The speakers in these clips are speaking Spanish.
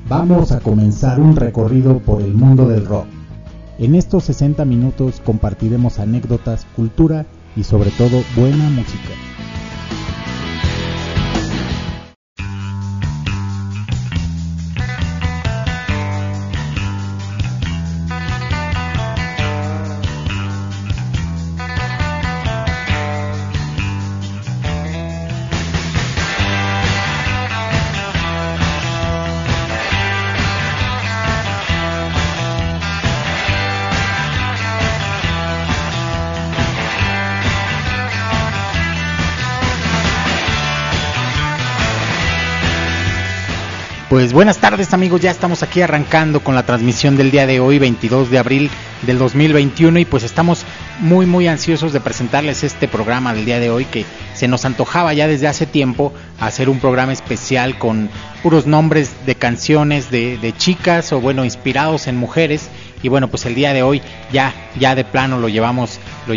Vamos a comenzar un recorrido por el mundo del rock. En estos 60 minutos compartiremos anécdotas, cultura y sobre todo buena música. Pues buenas tardes amigos, ya estamos aquí arrancando con la transmisión del día de hoy, 22 de abril del 2021 y pues estamos muy ansiosos de presentarles este programa del día de hoy que se nos antojaba ya desde hace tiempo hacer un programa especial con puros nombres de canciones de chicas o bueno, inspirados en mujeres y bueno, pues el día de hoy ya de plano lo llevamos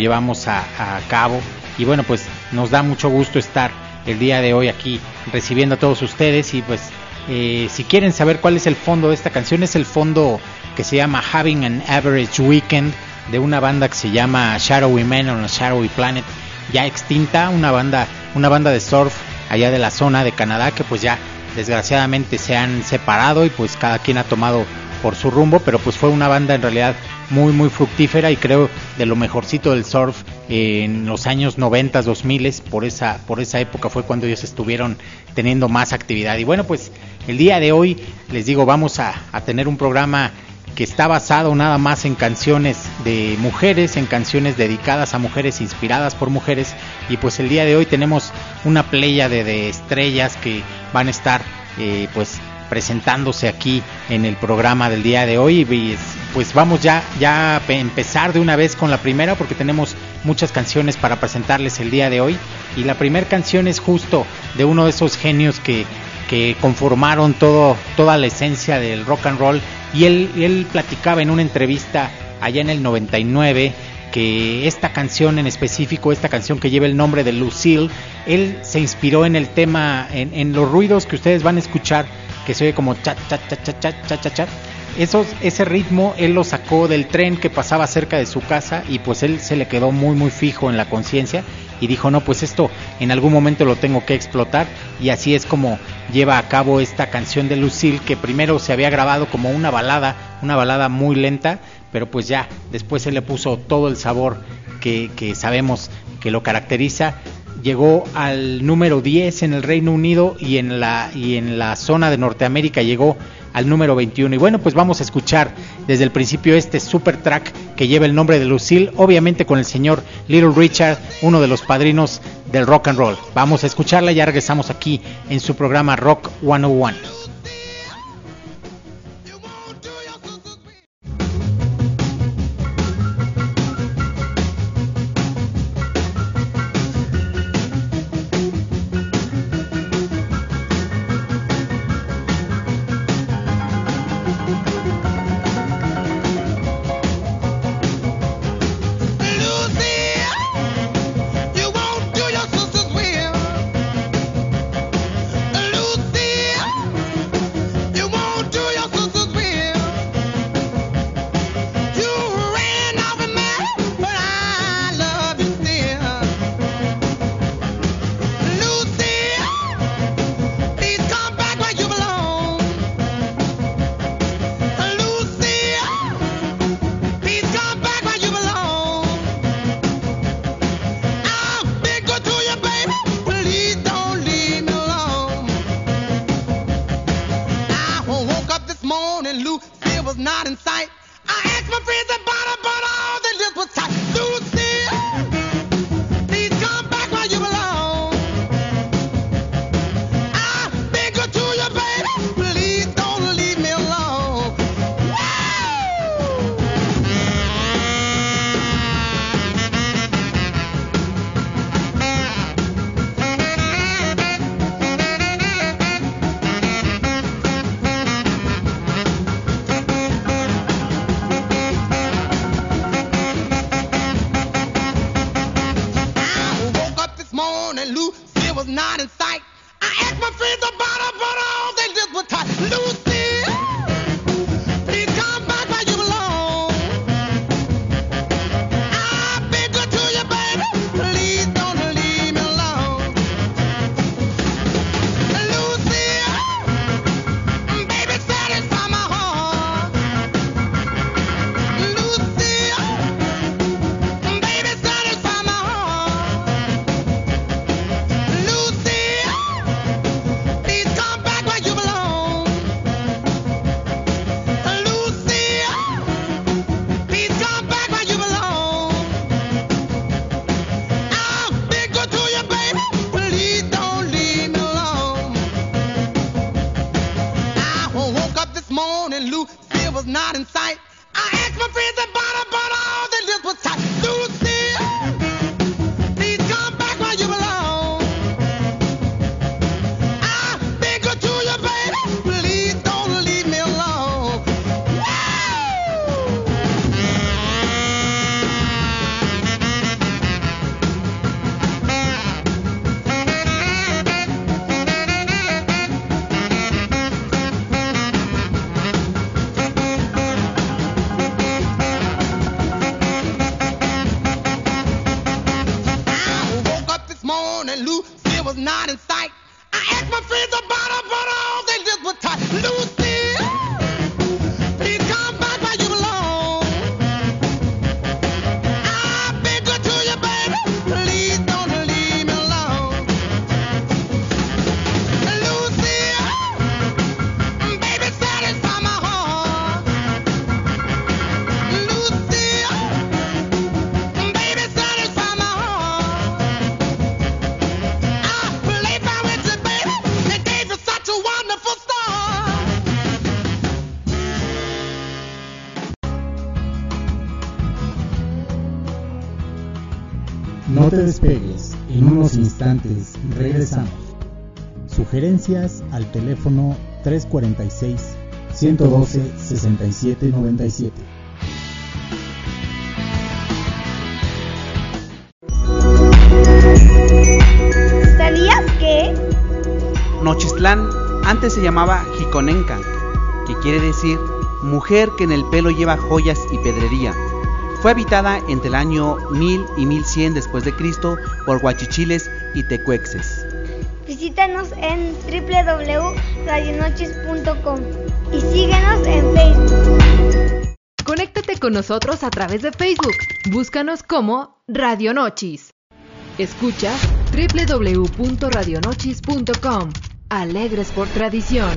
a cabo y bueno, pues nos da mucho gusto estar el día de hoy aquí recibiendo a todos ustedes y pues si quieren saber cuál es el fondo de esta canción, es el fondo que se llama Having an Average Weekend de una banda que se llama Shadowy Men on a Shadowy Planet, ya extinta, una banda de surf allá de la zona de Canadá que pues ya desgraciadamente se han separado y pues cada quien ha tomado por su rumbo, pero pues fue una banda en realidad muy fructífera y creo de lo mejorcito del surf en los años 90, 2000, por esa época fue cuando ellos estuvieron teniendo más actividad. Y bueno, pues el día de hoy les digo, vamos a tener un programa que está basado nada más en canciones de mujeres, en canciones dedicadas a mujeres, inspiradas por mujeres, y pues el día de hoy tenemos una pléyade de estrellas que van a estar pues presentándose aquí en el programa del día de hoy y pues vamos ya a empezar de una vez con la primera porque tenemos muchas canciones para presentarles el día de hoy y la primera canción es justo de uno de esos genios que conformaron toda la esencia del rock and roll y él platicaba en una entrevista allá en el 99 que esta canción en específico, esta canción que lleva el nombre de Lucille, él se inspiró en el tema, en los ruidos que ustedes van a escuchar que se oye como chat, ese ritmo él lo sacó del tren que pasaba cerca de su casa y pues él se le quedó muy fijo en la conciencia y dijo no, pues esto en algún momento lo tengo que explotar y así es como lleva a cabo esta canción de Lucille que primero se había grabado como una balada muy lenta, pero pues ya después él le puso todo el sabor que sabemos que lo caracteriza. Llegó al número 10 en el Reino Unido y en la zona de Norteamérica llegó al número 21. Y bueno, pues vamos a escuchar desde el principio este super track que lleva el nombre de Lucille, obviamente con el señor Little Richard, uno de los padrinos del rock and roll. Vamos a escucharla y ya regresamos aquí en su programa Rock 101. was not in sight. I asked my friends about her, but all they did was type Lucy. No te despegues, en unos instantes regresamos. Sugerencias al teléfono 346-112-6797. ¿Sabías que? Nochistlán antes se llamaba Jiconenca, que quiere decir mujer que en el pelo lleva joyas y pedrería. Fue habitada entre el año 1000 y 1100 después de Cristo por huachichiles y tecuexes. Visítanos en www.radionochis.com y síguenos en Facebook. Conéctate con nosotros a través de Facebook. Búscanos como Radio Nochis. Escucha www.radionochis.com. Alegres por tradición.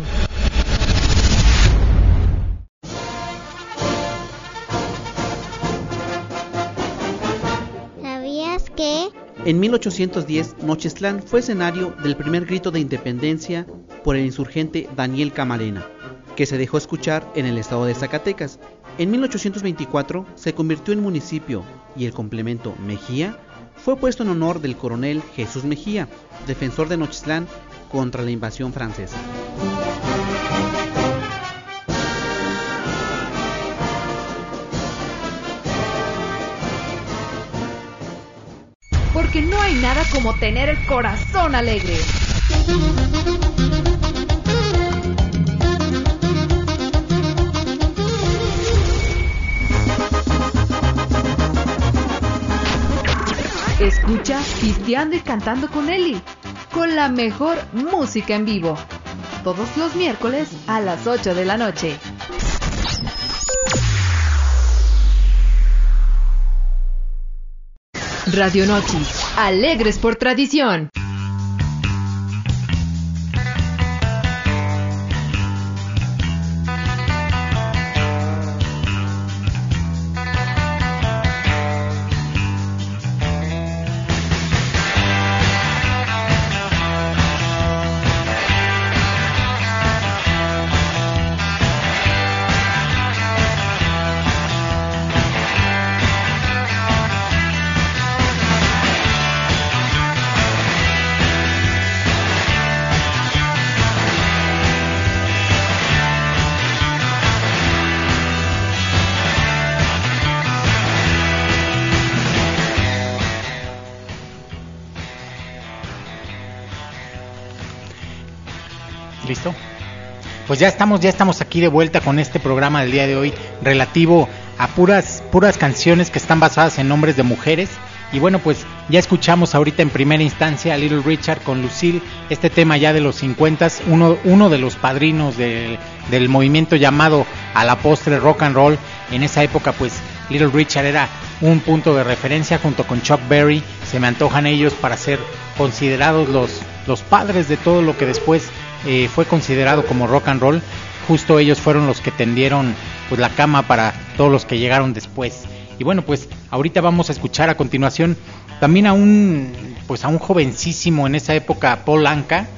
¿Sabías que? En 1810, Nochistlán fue escenario del primer grito de independencia por el insurgente Daniel Camarena, que se dejó escuchar en el estado de Zacatecas. En 1824 se convirtió en municipio y el complemento Mejía fue puesto en honor del coronel Jesús Mejía, defensor de Nochistlán contra la invasión francesa. Porque no hay nada como tener el corazón alegre. Escucha Pisteando y Cantando con Eli, con la mejor música en vivo, todos los miércoles a las 8 de la noche. Radio Nochis, alegres por tradición. ¿Listo? Pues ya estamos aquí de vuelta con este programa del día de hoy relativo a puras canciones que están basadas en nombres de mujeres. Y bueno, pues ya escuchamos ahorita en primera instancia a Little Richard con Lucille, este tema ya de los 50s, uno de los padrinos del movimiento llamado a la postre rock and roll. En esa época pues Little Richard era un punto de referencia junto con Chuck Berry. Se me antojan ellos para ser considerados los padres de todo lo que después fue considerado como rock and roll. Justo ellos fueron los que tendieron pues la cama para todos los que llegaron después. Y bueno, pues ahorita vamos a escuchar a continuación también a un jovencísimo en esa época, Paul Anka.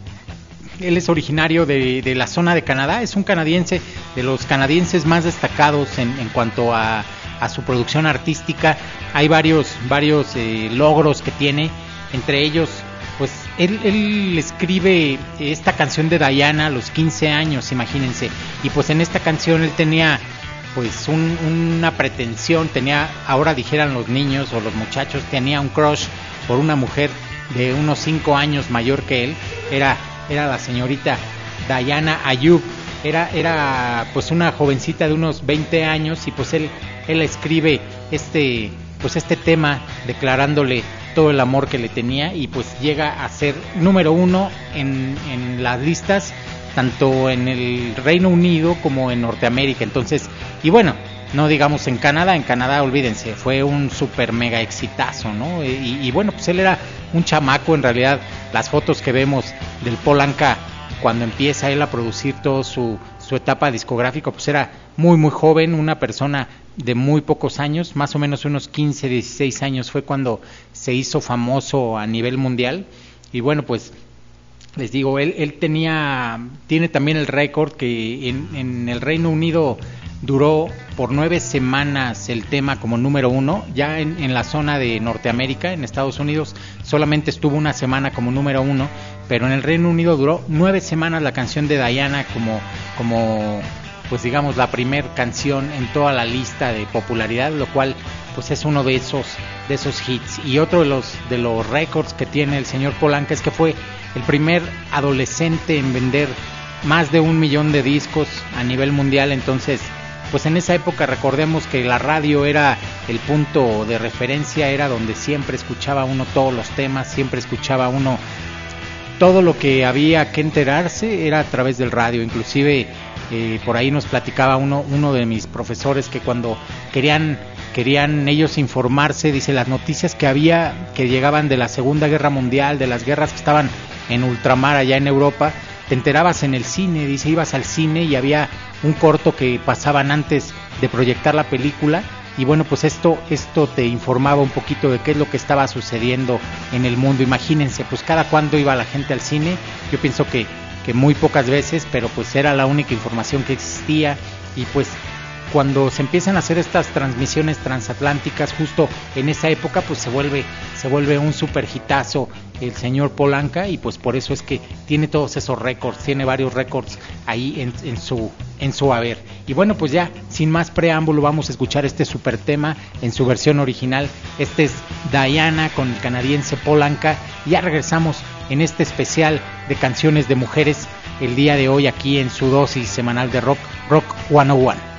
Él es originario de la zona de Canadá, es un canadiense, de los canadienses más destacados en cuanto a su producción artística. Hay varios logros que tiene, entre ellos pues él escribe esta canción de Diana a los 15 años, imagínense, y pues en esta canción él tenía pues una pretensión, ahora dijeran los niños o los muchachos, tenía un crush por una mujer de unos 5 años mayor que él. Era la señorita Diana Ayub, era pues una jovencita de unos 20 años, y pues él escribe este tema declarándole todo el amor que le tenía, y pues llega a ser número 1 en las listas tanto en el Reino Unido como en Norteamérica. Entonces, y bueno, no digamos en Canadá olvídense, fue un super mega exitazo, ¿no? Y bueno, pues él era un chamaco, en realidad las fotos que vemos del Paul Anka cuando empieza él a producir todo su etapa discográfica, pues era muy muy joven, una persona de muy pocos años, más o menos unos 15, 16 años fue cuando se hizo famoso a nivel mundial. Y bueno, pues les digo, él tiene también el récord que en el Reino Unido duró por 9 semanas el tema como número 1, ya en la zona de Norteamérica, en Estados Unidos, solamente estuvo una semana como número 1, pero en el Reino Unido duró 9 semanas la canción de Diana como pues digamos la primer canción en toda la lista de popularidad, lo cual pues es uno de esos hits. Y otro de los récords que tiene el señor Polanca es que fue el primer adolescente en vender más de 1 millón de discos a nivel mundial. Entonces pues en esa época recordemos que la radio era el punto de referencia, era donde siempre escuchaba uno todos los temas, siempre escuchaba uno todo lo que había que enterarse, era a través del radio. Inclusive por ahí nos platicaba uno de mis profesores que cuando querían ellos informarse, dice, las noticias que llegaban de la Segunda Guerra Mundial, de las guerras que estaban en ultramar allá en Europa, te enterabas en el cine, dice, ibas al cine y había un corto que pasaban antes de proyectar la película, y bueno, pues esto te informaba un poquito de qué es lo que estaba sucediendo en el mundo. Imagínense, pues cada cuándo iba la gente al cine, yo pienso que muy pocas veces, pero pues era la única información que existía. Y pues cuando se empiezan a hacer estas transmisiones transatlánticas, justo en esa época, pues se vuelve un super hitazo el señor Polanca, y pues por eso es que tiene todos esos récords, tiene varios récords ahí en su haber. Y bueno, pues ya sin más preámbulo vamos a escuchar este super tema en su versión original. Este es Diana con el canadiense Polanca, y ya regresamos en este especial de canciones de mujeres el día de hoy aquí en su dosis semanal de Rock 101.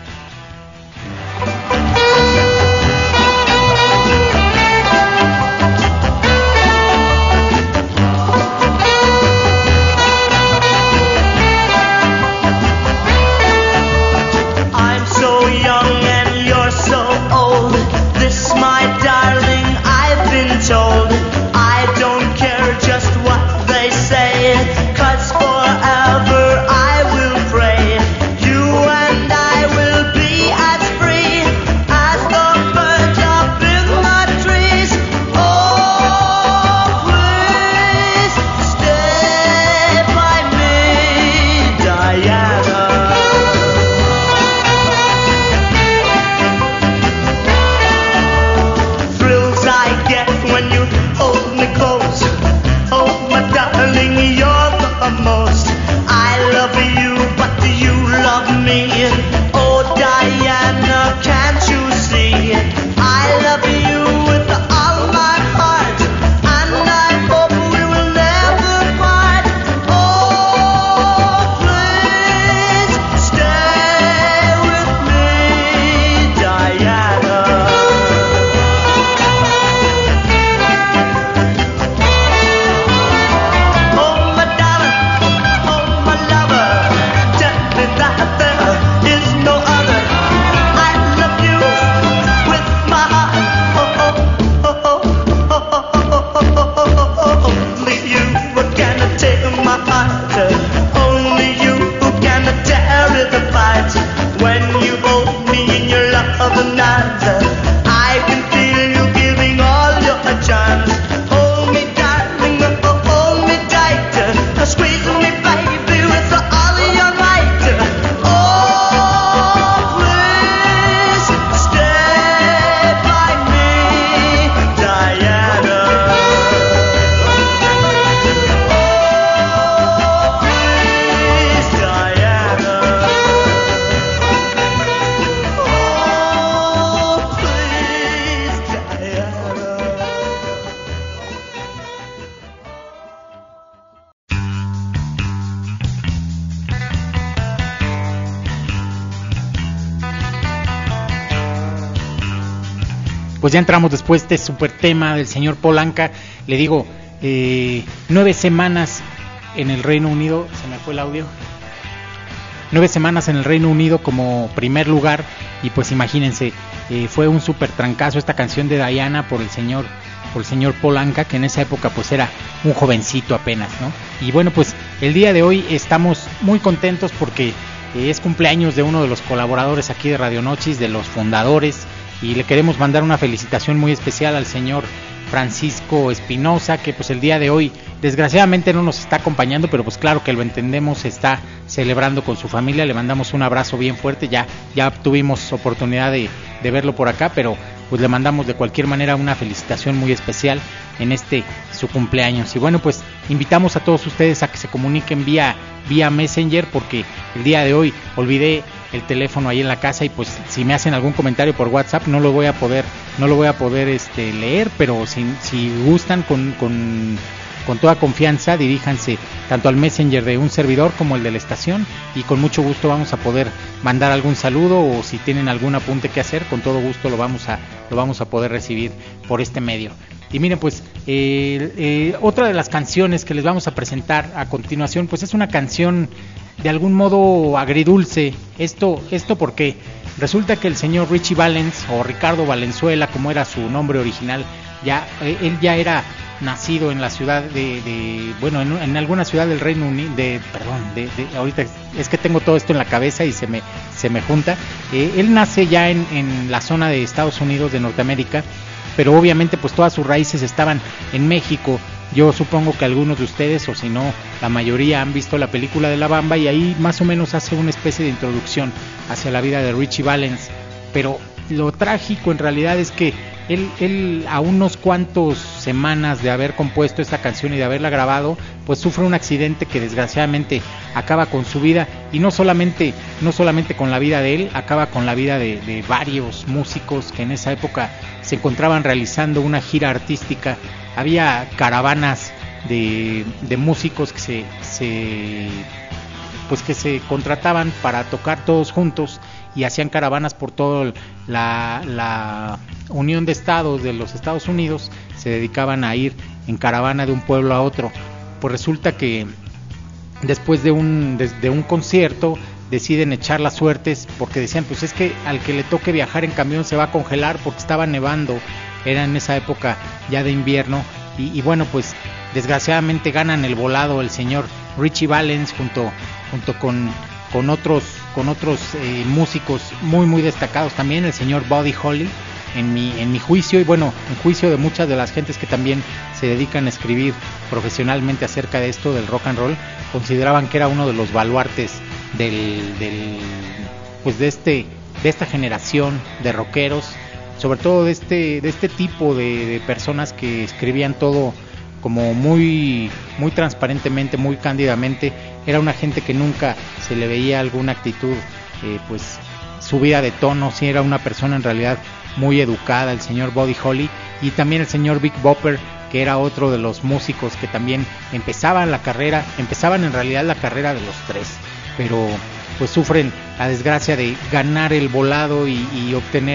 Pues ya entramos después de este super tema del señor Polanca. Le digo, 9 semanas en el Reino Unido, se me fue el audio, 9 semanas en el Reino Unido como primer lugar, y pues imagínense, fue un super trancazo esta canción de Diana por el señor Polanca, que en esa época pues era un jovencito apenas, ¿no? Y bueno, pues el día de hoy estamos muy contentos porque es cumpleaños de uno de los colaboradores aquí de Radio Noches, de los fundadores, y le queremos mandar una felicitación muy especial al señor Francisco Espinosa, que pues el día de hoy desgraciadamente no nos está acompañando, pero pues claro que lo entendemos, está celebrando con su familia. Le mandamos un abrazo bien fuerte, ya tuvimos oportunidad de verlo por acá, pero pues le mandamos de cualquier manera una felicitación muy especial en su cumpleaños. Y bueno, pues invitamos a todos ustedes a que se comuniquen vía Messenger, porque el día de hoy olvidé el teléfono ahí en la casa, y pues si me hacen algún comentario por WhatsApp no lo voy a poder leer, pero si gustan con toda confianza diríjanse tanto al Messenger de un servidor como el de la estación, y con mucho gusto vamos a poder mandar algún saludo, o si tienen algún apunte que hacer, con todo gusto lo vamos a poder recibir por este medio. Y miren, pues otra de las canciones que les vamos a presentar a continuación, pues es una canción de algún modo agridulce. Esto porque resulta que el señor Richie Valens, o Ricardo Valenzuela como era su nombre original, él ya era nacido en la ciudad en alguna ciudad del Reino Unido, ahorita es que tengo todo esto en la cabeza y se me junta. Él nace ya en la zona de Estados Unidos de Norteamérica, pero obviamente pues todas sus raíces estaban en México. Yo supongo que algunos de ustedes, o si no la mayoría, han visto la película de La Bamba, y ahí más o menos hace una especie de introducción hacia la vida de Richie Valens. Pero lo trágico en realidad es que él a unos cuantos semanas de haber compuesto esta canción y de haberla grabado, pues sufre un accidente que desgraciadamente acaba con su vida, y no solamente con la vida de él, acaba con la vida de varios músicos que en esa época se encontraban realizando una gira artística. Había caravanas de músicos que se contrataban para tocar todos juntos, y hacían caravanas por toda la Unión de Estados de los Estados Unidos. Se dedicaban a ir en caravana de un pueblo a otro. Pues resulta que después de un concierto deciden echar las suertes, porque decían, pues es que al que le toque viajar en camión se va a congelar, porque estaba nevando, era en esa época ya de invierno, y bueno, pues desgraciadamente ganan el volado el señor Richie Valens junto con otros músicos muy muy destacados también, el señor Buddy Holly, en mi juicio, y bueno, en juicio de muchas de las gentes que también se dedican a escribir profesionalmente acerca de esto del rock and roll, consideraban que era uno de los baluartes de esta generación de rockeros, sobre todo de este tipo de personas que escribían todo como muy muy transparentemente, muy cándidamente. Era una gente que nunca se le veía alguna actitud pues subida de tono. Sí, era una persona en realidad muy educada, el señor Buddy Holly, y también el señor Big Bopper, que era otro de los músicos que también empezaban en realidad la carrera de los tres, pero pues sufren la desgracia de ganar el volado y obtener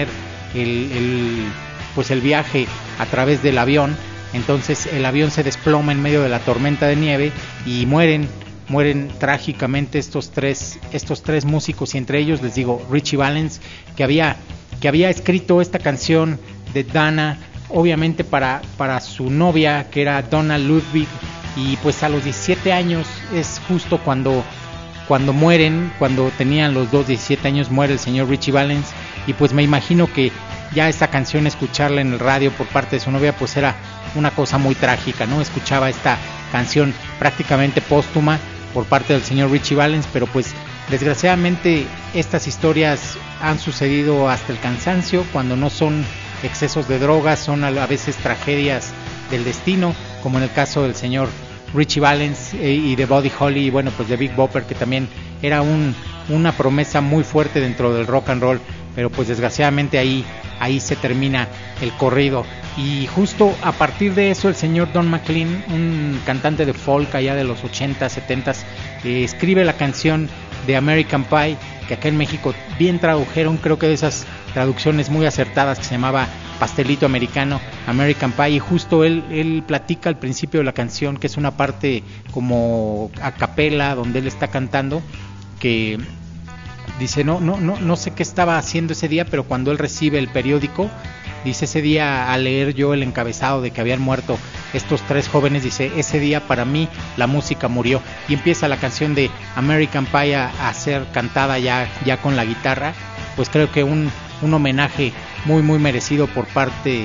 el viaje a través del avión. Entonces el avión se desploma en medio de la tormenta de nieve y mueren trágicamente estos tres músicos, y entre ellos les digo Richie Valens, que había escrito esta canción de Dana, obviamente para su novia, que era Donna Ludwig, y pues a los 17 años es justo cuando mueren, cuando tenían los dos 17 años, muere el señor Richie Valens. Y pues me imagino que ya esta canción, escucharla en el radio por parte de su novia, pues era una cosa muy trágica, ¿no? Escuchaba esta canción prácticamente póstuma por parte del señor Richie Valens, pero pues desgraciadamente estas historias han sucedido hasta el cansancio, cuando no son excesos de drogas, son a veces tragedias del destino, como en el caso del señor Richie Valens y de Buddy Holly, y bueno, pues de Big Bopper, que también era una promesa muy fuerte dentro del rock and roll, pero pues desgraciadamente ahí se termina el corrido. Y justo a partir de eso el señor Don McLean, un cantante de folk allá de los 80s, 70s, escribe la canción de American Pie, que acá en México bien tradujeron, creo que de esas traducciones muy acertadas, que se llamaba Pastelito Americano, American Pie. Y justo él platica al principio de la canción, que es una parte como a capela donde él está cantando, que dice no sé qué estaba haciendo ese día, pero cuando él recibe el periódico, dice, ese día al leer yo el encabezado de que habían muerto estos tres jóvenes, dice, ese día para mí la música murió. Y empieza la canción de American Pie a ser cantada ya con la guitarra. Pues creo que un homenaje muy muy merecido por parte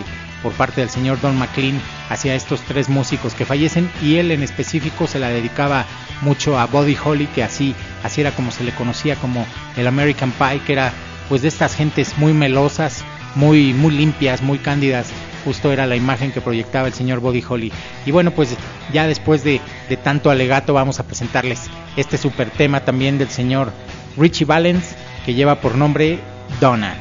por parte del señor Don McLean hacia estos tres músicos que fallecen, y él en específico se la dedicaba mucho a Buddy Holly, que así era como se le conocía como el American Pie, que era pues de estas gentes muy melosas, muy limpias, muy cándidas. Justo era la imagen que proyectaba el señor Buddy Holly. Y bueno, pues ya después de tanto alegato, vamos a presentarles este super tema también del señor Ritchie Valens, que lleva por nombre Donna.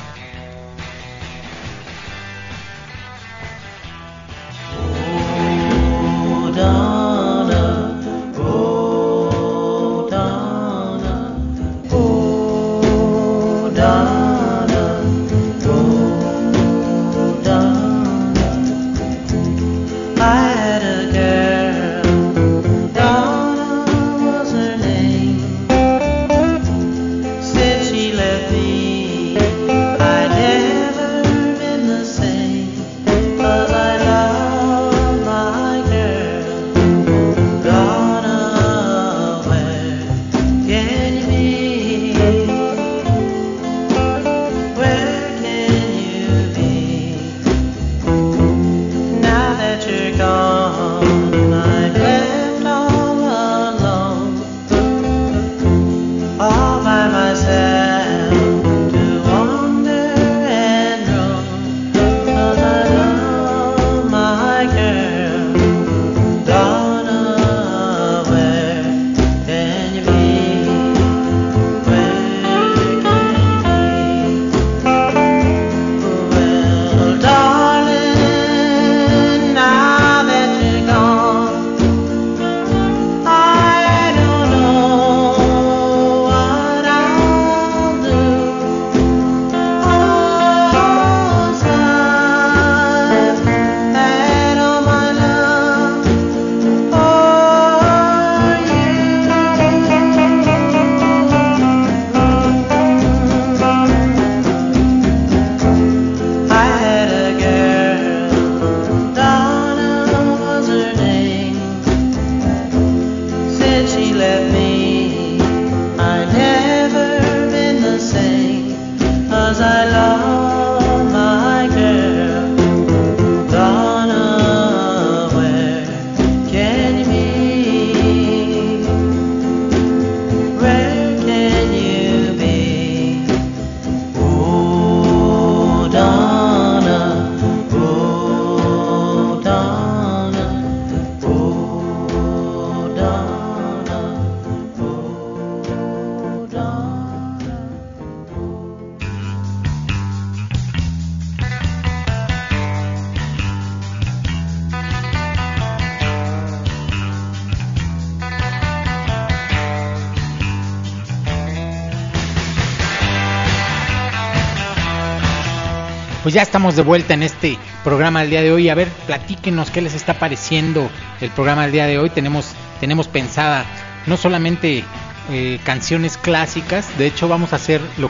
Pues ya estamos de vuelta en este programa del día de hoy. A ver, platíquenos qué les está pareciendo el programa del día de hoy. Tenemos pensada no solamente canciones clásicas, de hecho vamos a hacer lo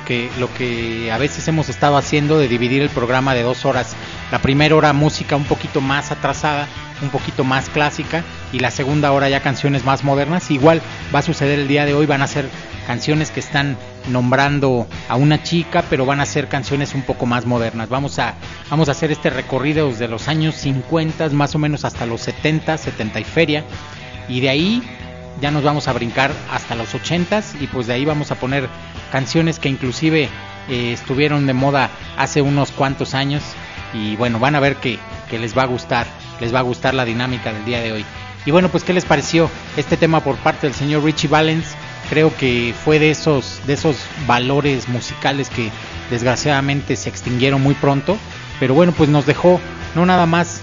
que a veces hemos estado haciendo, de dividir el programa de 2 horas. La primera hora música un poquito más atrasada, un poquito más clásica, y la segunda hora ya canciones más modernas. Igual va a suceder el día de hoy, van a ser canciones que están nombrando a una chica, pero van a ser canciones un poco más modernas. Vamos a hacer este recorrido desde los años 50 más o menos hasta los 70 y feria, y de ahí ya nos vamos a brincar hasta los 80 y pues de ahí vamos a poner canciones que inclusive estuvieron de moda hace unos cuantos años, y bueno, van a ver que les va a gustar la dinámica del día de hoy. Y bueno, pues ¿qué les pareció este tema por parte del señor Ritchie Valens? Creo que fue de esos valores musicales que desgraciadamente se extinguieron muy pronto, pero bueno, pues nos dejó no nada más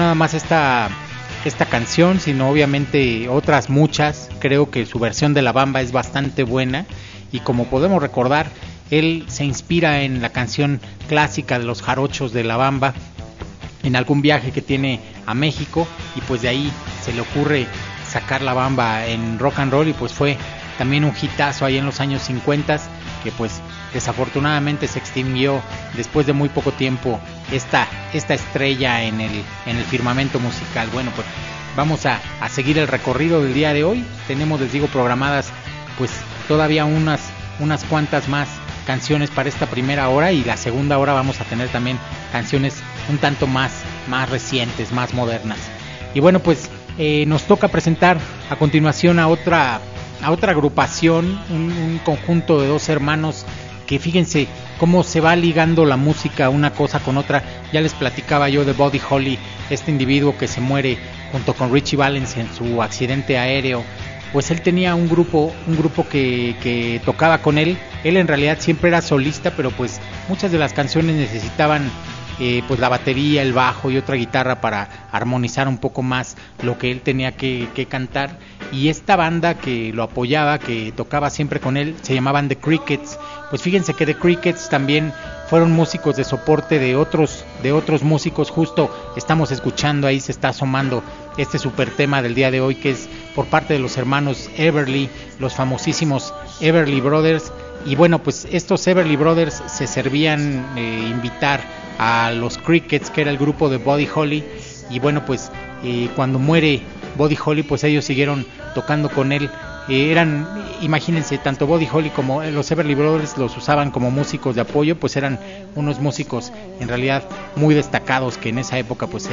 esta canción, sino obviamente otras muchas. Creo que su versión de La Bamba es bastante buena, y como podemos recordar, él se inspira en la canción clásica de los jarochos de La Bamba en algún viaje que tiene a México, y pues de ahí se le ocurre sacar La Bamba en rock and roll, y pues fue también un hitazo ahí en los años 50, que pues desafortunadamente se extinguió después de muy poco tiempo esta estrella en el firmamento musical. Bueno, pues vamos a seguir el recorrido del día de hoy. Tenemos, les digo, programadas pues todavía unas cuantas más canciones para esta primera hora, y la segunda hora vamos a tener también canciones un tanto más recientes, más modernas. Y bueno, pues nos toca presentar a continuación a otra agrupación, un conjunto de dos hermanos que fíjense cómo se va ligando la música una cosa con otra. Ya les platicaba yo de Buddy Holly, este individuo que se muere junto con Richie Valens en su accidente aéreo. Pues él tenía un grupo que tocaba con él. Él en realidad siempre era solista, pero pues muchas de las canciones necesitaban pues la batería, el bajo y otra guitarra para armonizar un poco más lo que él tenía que cantar. Y esta banda que lo apoyaba, que tocaba siempre con él, se llamaban The Crickets. Pues fíjense que The Crickets también fueron músicos de soporte de otros músicos. Justo estamos escuchando, ahí se está asomando este super tema del día de hoy, que es por parte de los hermanos Everly, los famosísimos Everly Brothers. Y bueno, pues estos Everly Brothers se servían invitar a los Crickets, que era el grupo de Buddy Holly. Y bueno, pues cuando muere Buddy Holly, pues ellos siguieron tocando con él. Imagínense, tanto Buddy Holly como los Everly Brothers los usaban como músicos de apoyo, pues eran unos músicos en realidad muy destacados, que en esa época pues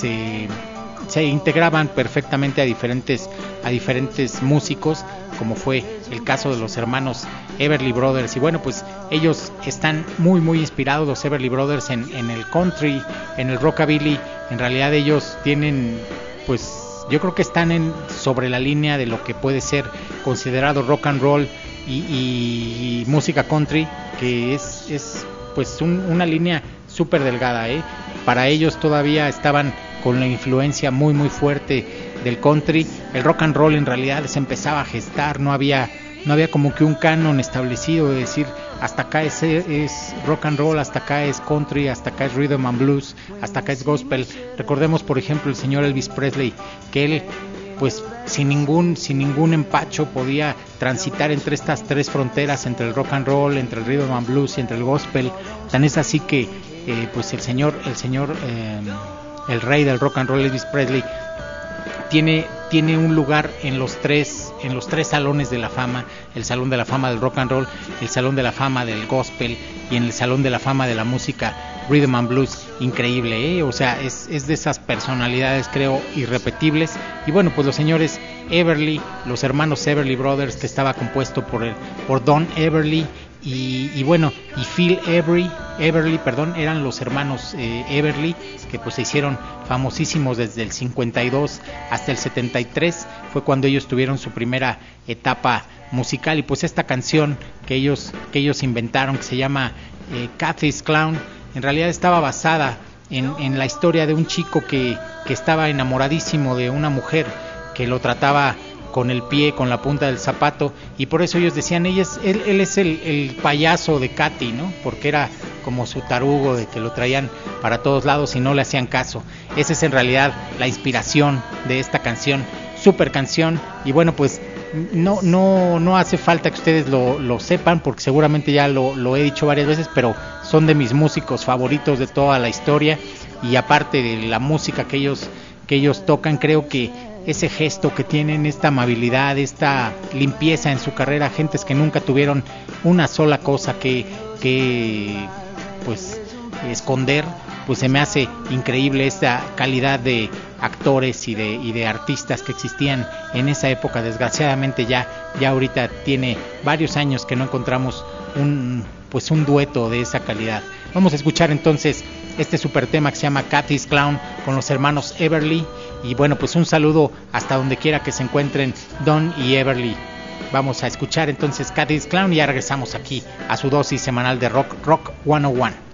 se integraban perfectamente a diferentes músicos, como fue el caso de los hermanos Everly Brothers. Y bueno, pues ellos están muy inspirados, los Everly Brothers, en el country, en el rockabilly. En realidad ellos tienen, pues yo creo que están sobre la línea de lo que puede ser considerado rock and roll y música country, que es pues una línea súper delgada, Para ellos todavía estaban con la influencia muy fuerte del country. El rock and roll en realidad se empezaba a gestar, no había como que un canon establecido de decir hasta acá es rock and roll, hasta acá es country, hasta acá es rhythm and blues, hasta acá es gospel. Recordemos por ejemplo el señor Elvis Presley, que él pues sin ningún empacho podía transitar entre estas tres fronteras, entre el rock and roll, entre el rhythm and blues y entre el gospel. Tan es así que pues el rey del rock and roll, Elvis Presley, tiene un lugar en los tres salones de la fama: el salón de la fama del rock and roll, el salón de la fama del gospel y en el salón de la fama de la música rhythm and blues. Increíble, o sea, es de esas personalidades, creo, irrepetibles. Y bueno, pues los señores Everly, los hermanos Everly Brothers, que estaba compuesto por Don Everly y bueno, y Phil Everly, eran los hermanos Everly, que pues se hicieron famosísimos desde el 52 hasta el 73, fue cuando ellos tuvieron su primera etapa musical. Y pues esta canción que ellos inventaron, que se llama Cathy's Clown, en realidad estaba basada en la historia de un chico que estaba enamoradísimo de una mujer que lo trataba con el pie, con la punta del zapato, y por eso ellos decían, él es el payaso de Katy, ¿no? Porque era como su tarugo, de que lo traían para todos lados y no le hacían caso. Esa es en realidad la inspiración de esta canción, super canción. Y bueno, pues no hace falta que ustedes lo sepan, porque seguramente ya lo he dicho varias veces, pero son de mis músicos favoritos de toda la historia. Y aparte de la música que ellos tocan, creo que ese gesto que tienen, esta amabilidad, esta limpieza en su carrera, gentes que nunca tuvieron una sola cosa que pues esconder, pues se me hace increíble esta calidad de actores y de artistas que existían en esa época. Desgraciadamente ya ahorita tiene varios años que no encontramos un dueto de esa calidad. Vamos a escuchar entonces este super tema que se llama Cathy's Clown con los hermanos Everly. Y bueno, pues un saludo hasta donde quiera que se encuentren Don y Everly. Vamos a escuchar entonces Cathy's Clown y ya regresamos aquí a su dosis semanal de Rock 101.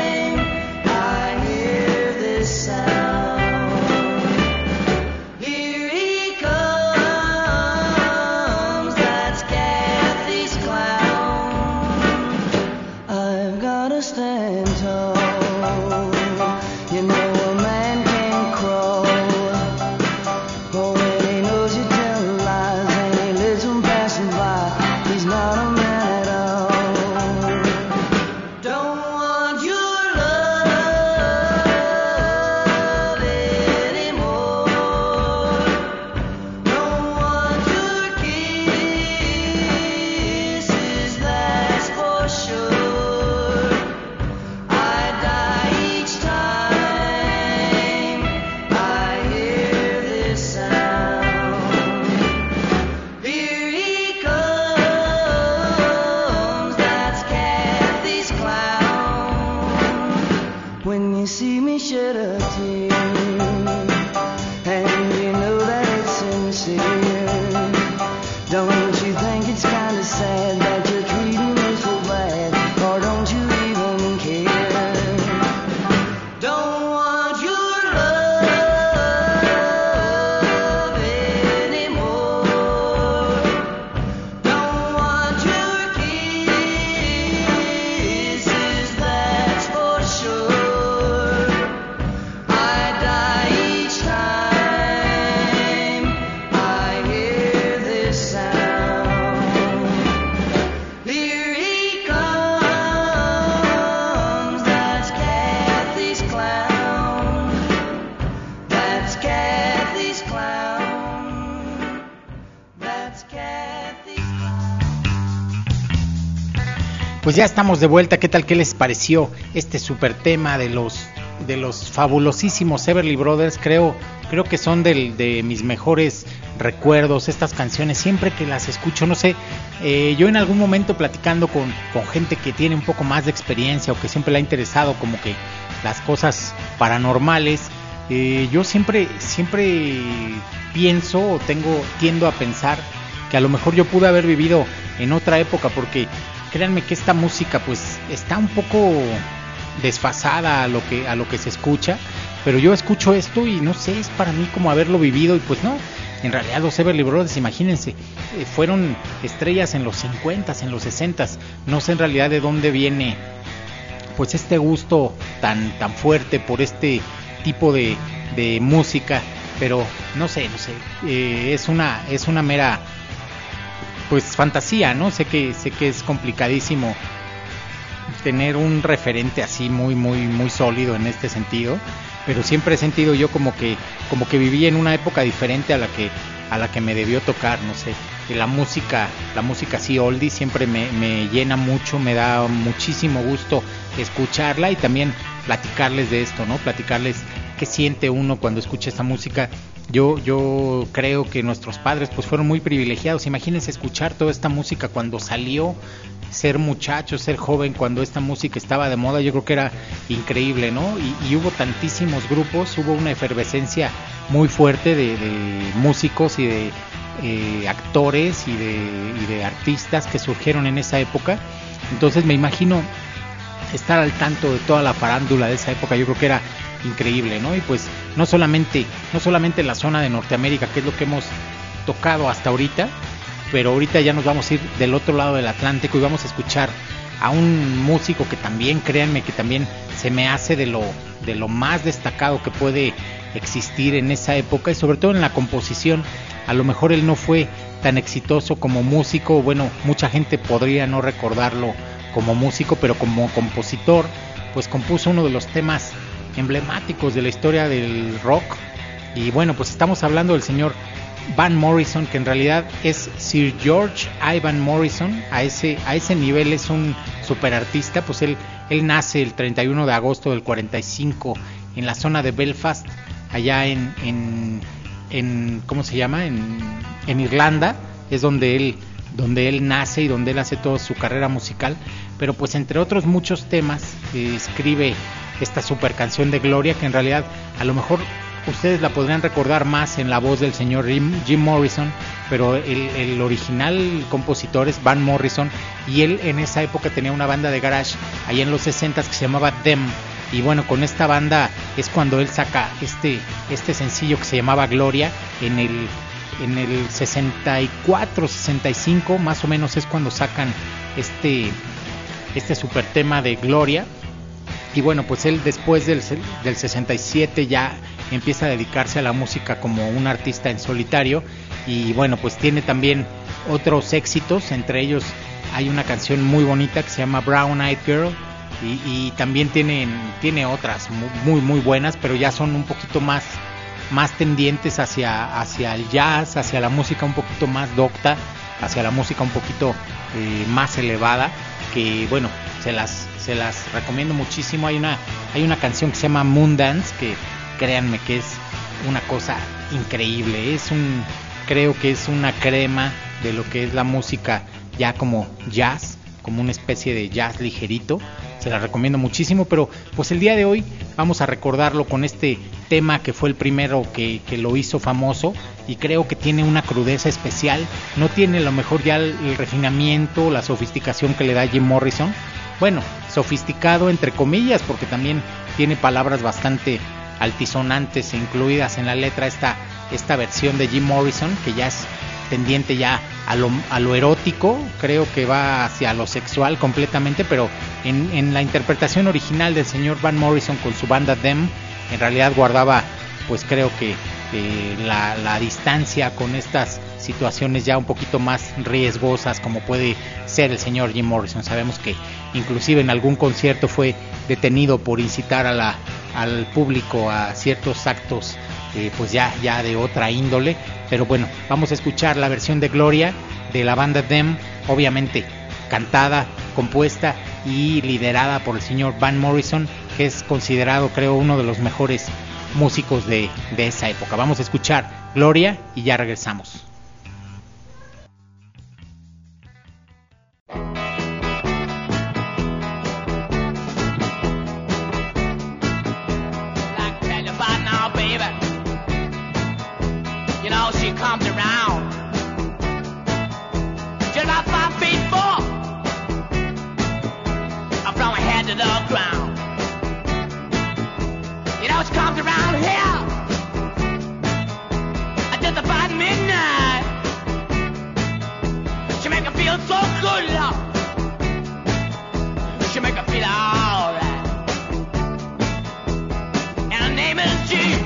Here Pues ya estamos de vuelta. ¿Qué tal? ¿Qué les pareció este super tema de los fabulosísimos Everly Brothers? Creo que son de mis mejores recuerdos estas canciones. Siempre que las escucho, no sé, yo en algún momento platicando con gente que tiene un poco más de experiencia o que siempre le ha interesado como que las cosas paranormales, yo siempre pienso o tiendo a pensar que a lo mejor yo pude haber vivido en otra época, porque créanme que esta música pues está un poco desfasada a lo que se escucha, pero yo escucho esto y no sé, es para mí como haberlo vivido. Y pues no, en realidad los Everly Brothers, imagínense, fueron estrellas en los 50s, en los 60s. No sé en realidad de dónde viene pues este gusto tan fuerte por este tipo de música, pero no sé, es una mera pues fantasía, ¿no? Sé que es complicadísimo tener un referente así muy sólido en este sentido, pero siempre he sentido yo como que viví en una época diferente a la que me debió tocar, no sé. La música así oldie siempre me llena mucho, me da muchísimo gusto escucharla y también platicarles de esto, ¿no? Platicarles qué siente uno cuando escucha esta música. Yo creo que nuestros padres pues fueron muy privilegiados. Imagínense escuchar toda esta música cuando salió, ser muchacho, ser joven, cuando esta música estaba de moda. Yo creo que era increíble, ¿no? Y hubo tantísimos grupos, hubo una efervescencia muy fuerte de músicos y de actores y de artistas que surgieron en esa época. Entonces me imagino estar al tanto de toda la farándula de esa época. Yo creo que era increíble, ¿no? Y pues no solamente la zona de Norteamérica, que es lo que hemos tocado hasta ahorita, pero ahorita ya nos vamos a ir del otro lado del Atlántico y vamos a escuchar a un músico que también, créanme, que también se me hace de lo más destacado que puede existir en esa época, y sobre todo en la composición. A lo mejor él no fue tan exitoso como músico, bueno, mucha gente podría no recordarlo como músico, pero como compositor pues compuso uno de los temas emblemáticos de la historia del rock. Y bueno, pues estamos hablando del señor Van Morrison, que en realidad es Sir George Ivan Morrison. A ese nivel es un superartista. Pues él nace el 31 de agosto del 45 en la zona de Belfast, allá en ¿cómo se llama? En Irlanda. Es donde él nace y donde él hace toda su carrera musical. Pero pues entre otros muchos temas escribe esta super canción de Gloria, que en realidad a lo mejor ustedes la podrían recordar más en la voz del señor Jim Morrison, pero el original compositor es Van Morrison, y él en esa época tenía una banda de garage allá en los 60s que se llamaba Them. Y bueno, con esta banda es cuando él saca este sencillo que se llamaba Gloria. En el 64, 65 más o menos es cuando sacan este super tema de Gloria. Y bueno, pues él después del 67 ya empieza a dedicarse a la música como un artista en solitario. Y bueno, pues tiene también otros éxitos. Entre ellos hay una canción muy bonita que se llama Brown Eyed Girl. Y también tiene otras muy buenas, pero ya son un poquito más tendientes hacia el jazz, hacia la música un poquito más docta, hacia la música un poquito más elevada, que bueno, se las recomiendo muchísimo. Hay una canción que se llama Moon Dance, que créanme que es una cosa increíble. Creo que es una crema de lo que es la música ya como jazz, como una especie de jazz ligerito. Se la recomiendo muchísimo. Pero pues el día de hoy vamos a recordarlo con este tema que fue el primero que lo hizo famoso, y creo que tiene una crudeza especial. No tiene a lo mejor ya el refinamiento, la sofisticación que le da Jim Morrison. Bueno, sofisticado entre comillas, porque también tiene palabras bastante altisonantes incluidas en la letra. Esta versión de Jim Morrison, que ya es tendiente ya a lo erótico, creo que va hacia lo sexual completamente, pero en la interpretación original del señor Van Morrison con su banda Them, en realidad guardaba, pues creo que la distancia con estas situaciones ya un poquito más riesgosas, como puede ser el señor Jim Morrison. Sabemos que inclusive en algún concierto fue detenido por incitar al público a ciertos actos pues ya de otra índole. Pero bueno, vamos a escuchar la versión de Gloria de la banda Them, obviamente cantada, compuesta y liderada por el señor Van Morrison, que es considerado, creo, uno de los mejores músicos de esa época. Vamos a escuchar Gloria y ya regresamos. She comes around just about 5 feet 4 from her head to the ground. You know she comes around here just about midnight. She make her feel so good, Lord. She make her feel alright. And her name is G.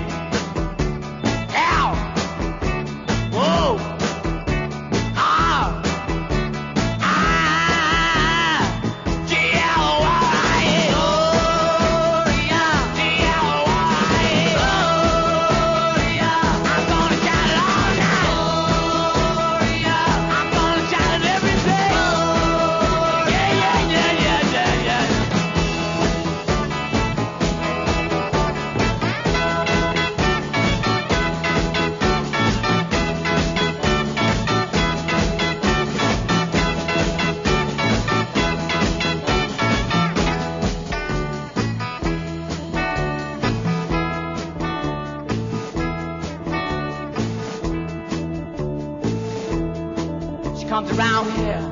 Comes around here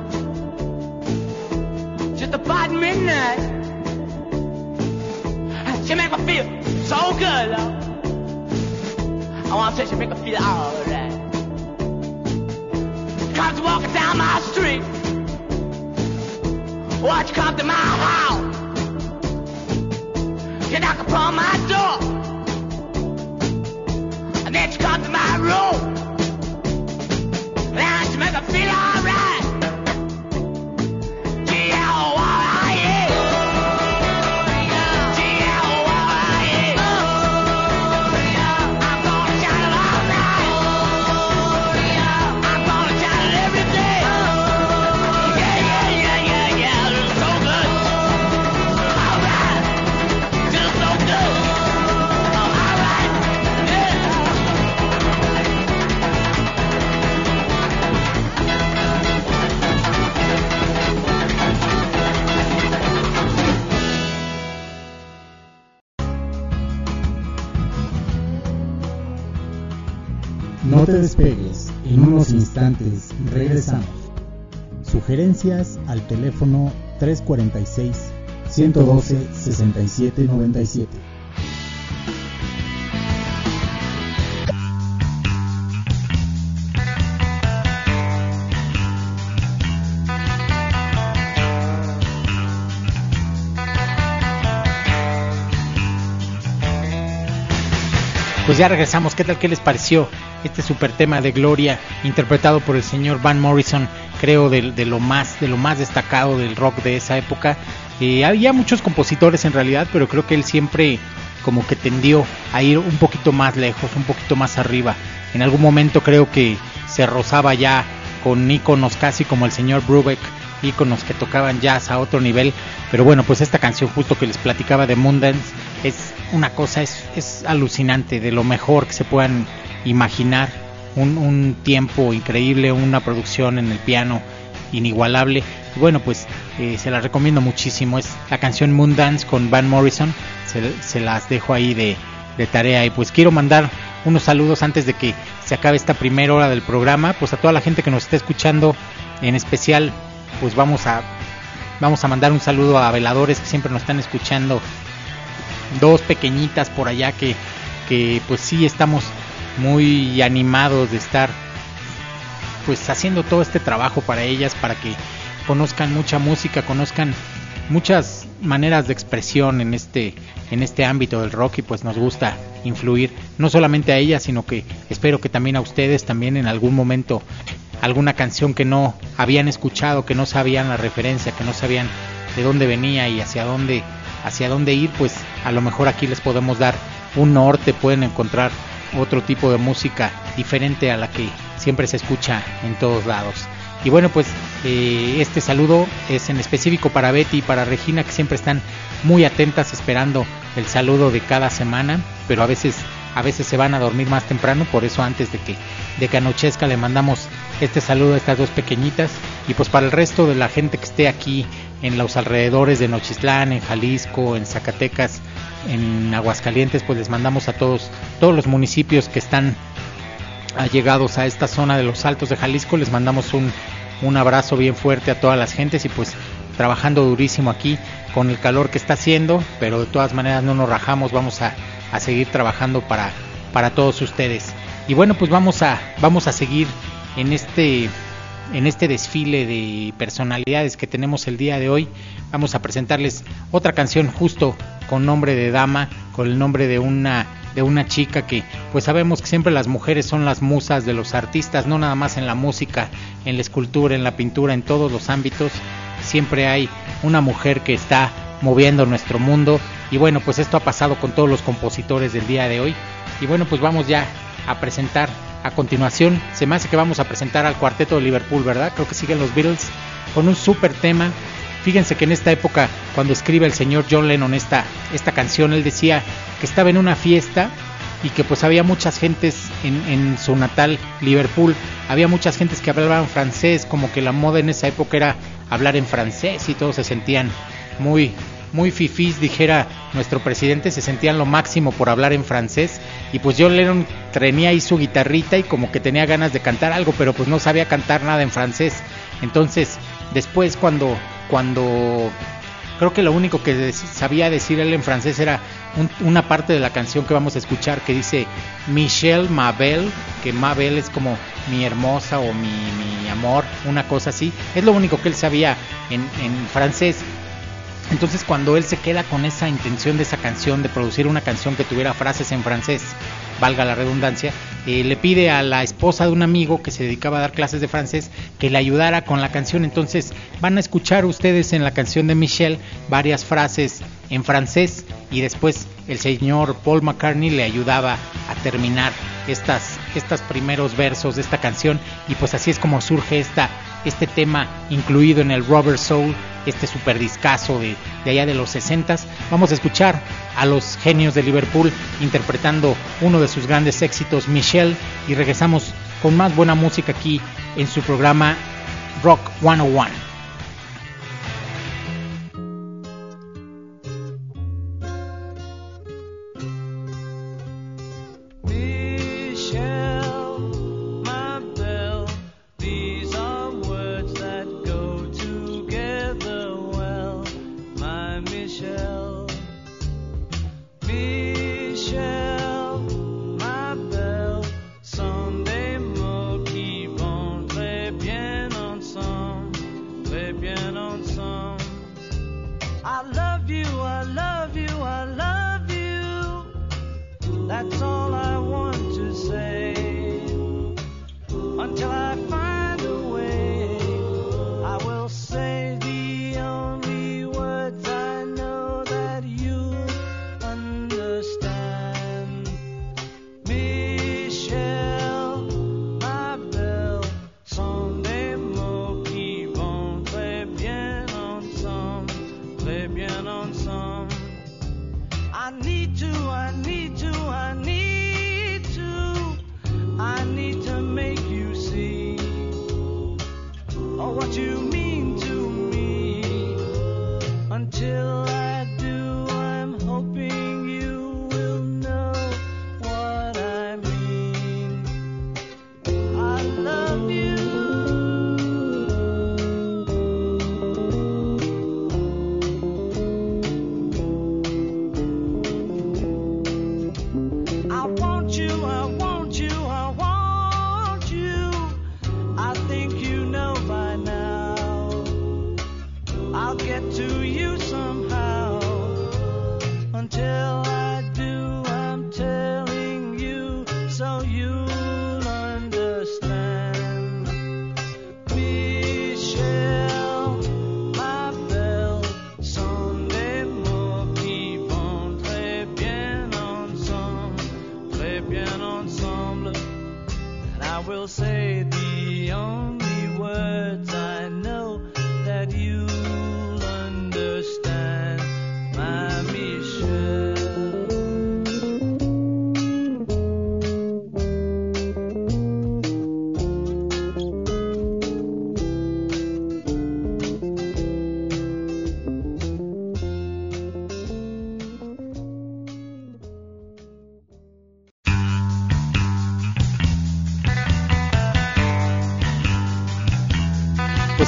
just about midnight. She make me feel so good, Lord. I want to say she make me feel alright. Comes walking down my street. Watch you come to my house. You knock upon my door, and then she comes to my room. And she make me feel alright. No te despegues, en unos instantes regresamos. Sugerencias al teléfono 346-112-6797. Pues ya regresamos. ¿Qué tal? ¿Qué les pareció este super tema de Gloria, interpretado por el señor Van Morrison? Creo de lo más destacado del rock de esa época. Había muchos compositores en realidad, pero creo que él siempre como que tendió a ir un poquito más lejos, un poquito más arriba. En algún momento creo que se rozaba ya con íconos casi como el señor Brubeck, íconos que tocaban jazz a otro nivel. Pero bueno, pues esta canción justo que les platicaba de Moondance es una cosa, es alucinante, de lo mejor que se puedan imaginar. Un tiempo increíble, una producción en el piano inigualable. Y bueno, pues se las recomiendo muchísimo. Es la canción Moondance con Van Morrison. Se las dejo ahí de tarea. Y pues quiero mandar unos saludos antes de que se acabe esta primera hora del programa. Pues a toda la gente que nos está escuchando, en especial, pues vamos a mandar un saludo a veladores que siempre nos están escuchando. Dos pequeñitas por allá que pues sí estamos muy animados de estar pues haciendo todo este trabajo para ellas, para que conozcan mucha música, conozcan muchas maneras de expresión en este ámbito del rock. Y pues nos gusta influir no solamente a ellas, sino que espero que también a ustedes, también en algún momento alguna canción que no habían escuchado, que no sabían la referencia, que no sabían de dónde venía y hacia dónde ir, pues a lo mejor aquí les podemos dar un norte, pueden encontrar otro tipo de música diferente a la que siempre se escucha en todos lados. Y bueno, pues este saludo es en específico para Betty y para Regina, que siempre están muy atentas esperando el saludo de cada semana, pero a veces se van a dormir más temprano, por eso antes de que anochezca le mandamos este saludo a estas dos pequeñitas. Y pues para el resto de la gente que esté aquí en los alrededores de Nochistlán, en Jalisco, en Zacatecas, en Aguascalientes, pues les mandamos a todos los municipios que están allegados a esta zona de los Altos de Jalisco, les mandamos un abrazo bien fuerte a todas las gentes, y pues trabajando durísimo aquí con el calor que está haciendo, pero de todas maneras no nos rajamos, vamos a seguir trabajando para todos ustedes. Y bueno, pues vamos a seguir en este desfile de personalidades que tenemos el día de hoy. Vamos a presentarles otra canción justo con nombre de dama, con el nombre de una chica que pues sabemos que siempre las mujeres son las musas de los artistas, no nada más en la música, en la escultura, en la pintura, en todos los ámbitos. Siempre hay una mujer que está moviendo nuestro mundo, y bueno, pues esto ha pasado con todos los compositores del día de hoy. Y bueno, pues vamos ya a presentar a continuación, se me hace que vamos a presentar al Cuarteto de Liverpool, ¿verdad? Creo que siguen los Beatles con un súper tema. Fíjense que en esta época, cuando escribe el señor John Lennon esta canción, él decía que estaba en una fiesta y que pues había muchas gentes en su natal Liverpool, había muchas gentes que hablaban francés, como que la moda en esa época era hablar en francés y todos se sentían muy fifís, dijera nuestro presidente, se sentían lo máximo por hablar en francés. Y pues John Lennon tenía ahí su guitarrita y como que tenía ganas de cantar algo, pero pues no sabía cantar nada en francés. Entonces después cuando creo que lo único que sabía decir él en francés era una parte de la canción que vamos a escuchar, que dice Michelle, ma belle, que ma belle es como mi hermosa o mi amor, una cosa así. Es lo único que él sabía en francés. Entonces cuando él se queda con esa intención de esa canción, de producir una canción que tuviera frases en francés, valga la redundancia, le pide a la esposa de un amigo que se dedicaba a dar clases de francés que le ayudara con la canción. Entonces van a escuchar ustedes en la canción de Michelle varias frases en francés, y después el señor Paul McCartney le ayudaba a terminar estos primeros versos de esta canción, y pues así es como surge este tema incluido en el Rubber Soul, este super discazo de allá de los 60s. Vamos a escuchar a los genios de Liverpool interpretando uno de sus grandes éxitos, Michelle, y regresamos con más buena música aquí en su programa Rock 101. will say the only words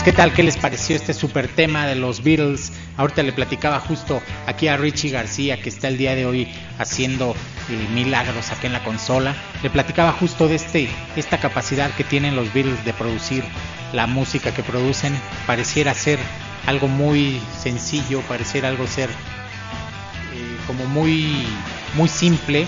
pues qué tal, qué les pareció este super tema de los Beatles. Ahorita le platicaba justo aquí a Richie García, que está el día de hoy haciendo milagros aquí en la consola. Le platicaba justo de esta capacidad que tienen los Beatles de producir la música que producen. Pareciera ser algo muy sencillo, pareciera algo ser como muy simple,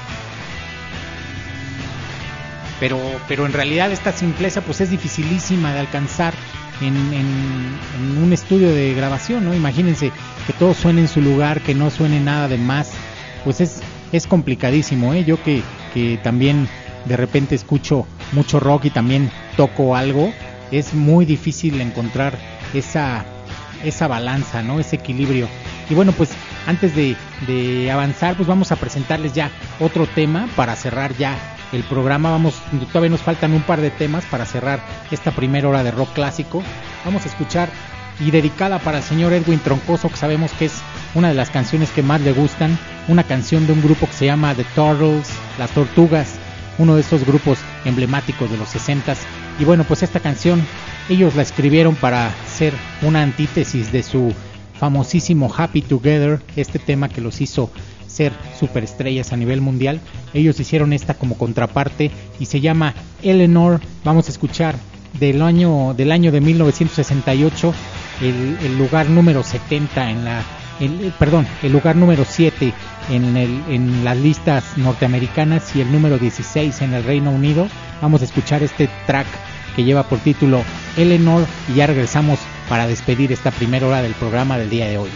pero en realidad esta simpleza pues es dificilísima de alcanzar en un estudio de grabación, ¿no? Imagínense que todo suene en su lugar, que no suene nada de más, pues es complicadísimo, ¿eh? Yo que también de repente escucho mucho rock y también toco algo, es muy difícil encontrar esa balanza, ¿no? Ese equilibrio. Y bueno, pues antes de avanzar, pues vamos a presentarles ya otro tema para cerrar ya el programa. Todavía nos faltan un par de temas para cerrar esta primera hora de rock clásico. Vamos a escuchar, y dedicada para el señor Edwin Troncoso, que sabemos que es una de las canciones que más le gustan, una canción de un grupo que se llama The Turtles, Las Tortugas, uno de esos grupos emblemáticos de los 60s. Y bueno, pues esta canción ellos la escribieron para ser una antítesis de su famosísimo Happy Together, este tema que los hizo ser superestrellas a nivel mundial. Ellos hicieron esta como contraparte y se llama Eleanor. Vamos a escuchar del año de 1968 el lugar número 70 el lugar número 7 en las listas norteamericanas y el número 16 en el Reino Unido. Vamos a escuchar este track que lleva por título Eleanor y ya regresamos para despedir esta primera hora del programa del día de hoy.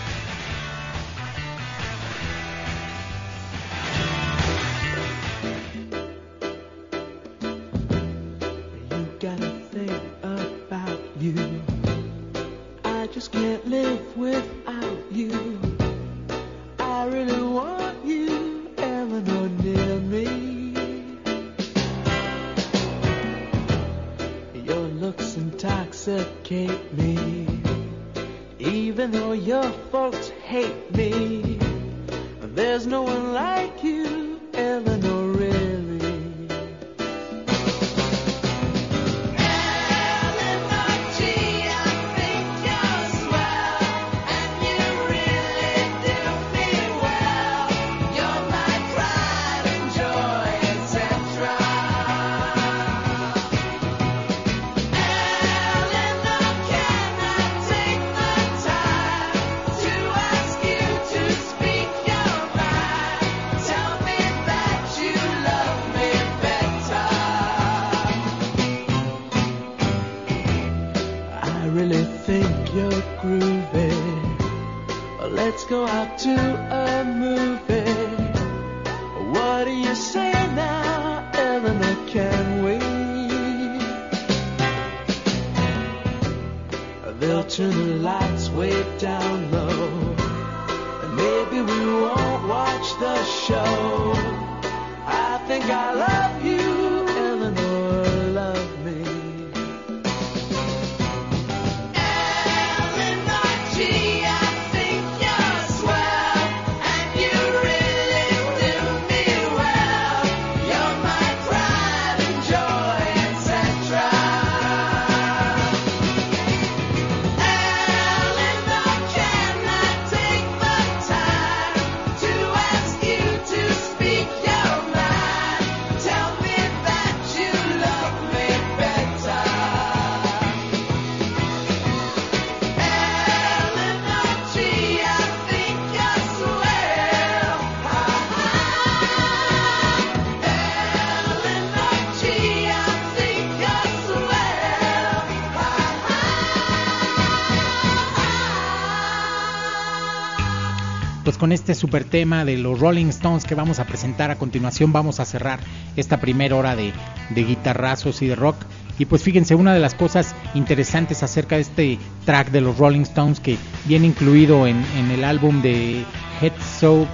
Pues con este super tema de los Rolling Stones que vamos a presentar a continuación, vamos a cerrar esta primera hora de guitarrazos y de rock. Y pues fíjense, una de las cosas interesantes acerca de este track de los Rolling Stones, que viene incluido en el álbum de Head Soap,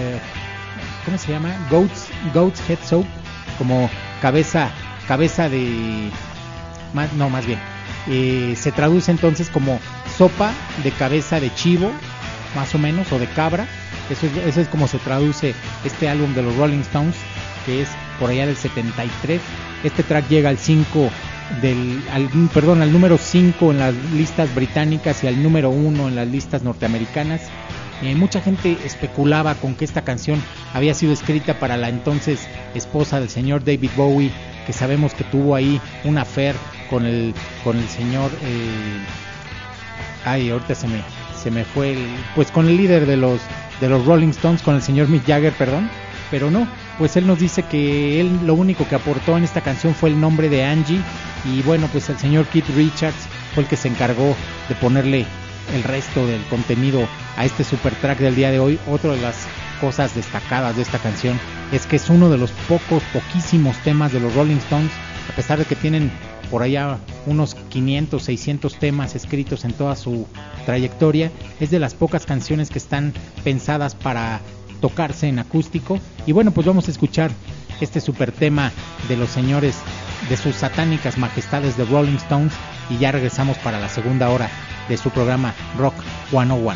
¿cómo se llama? Goat's Head Soap, como cabeza de... más bien, se traduce entonces como sopa de cabeza de chivo, más o menos, o de cabra. Eso es como se traduce este álbum de los Rolling Stones, que es por allá del 73. Este track llega al 5 al número 5 en las listas británicas y al número 1 en las listas norteamericanas. Mucha gente especulaba con que esta canción había sido escrita para la entonces esposa del señor David Bowie, que sabemos que tuvo ahí un affair con el señor ahorita se me fue pues con el líder de los Rolling Stones, con el señor Mick Jagger, perdón, pero no, pues él nos dice que él lo único que aportó en esta canción fue el nombre de Angie, y bueno, pues el señor Keith Richards fue el que se encargó de ponerle el resto del contenido a este super track del día de hoy. Otra de las cosas destacadas de esta canción es que es uno de los poquísimos temas de los Rolling Stones, a pesar de que tienen por allá unos 500, 600 temas escritos en toda su trayectoria. Es de las pocas canciones que están pensadas para tocarse en acústico. Y bueno, pues vamos a escuchar este super tema de los señores, de sus satánicas majestades de Rolling Stones, y ya regresamos para la segunda hora de su programa Rock 101.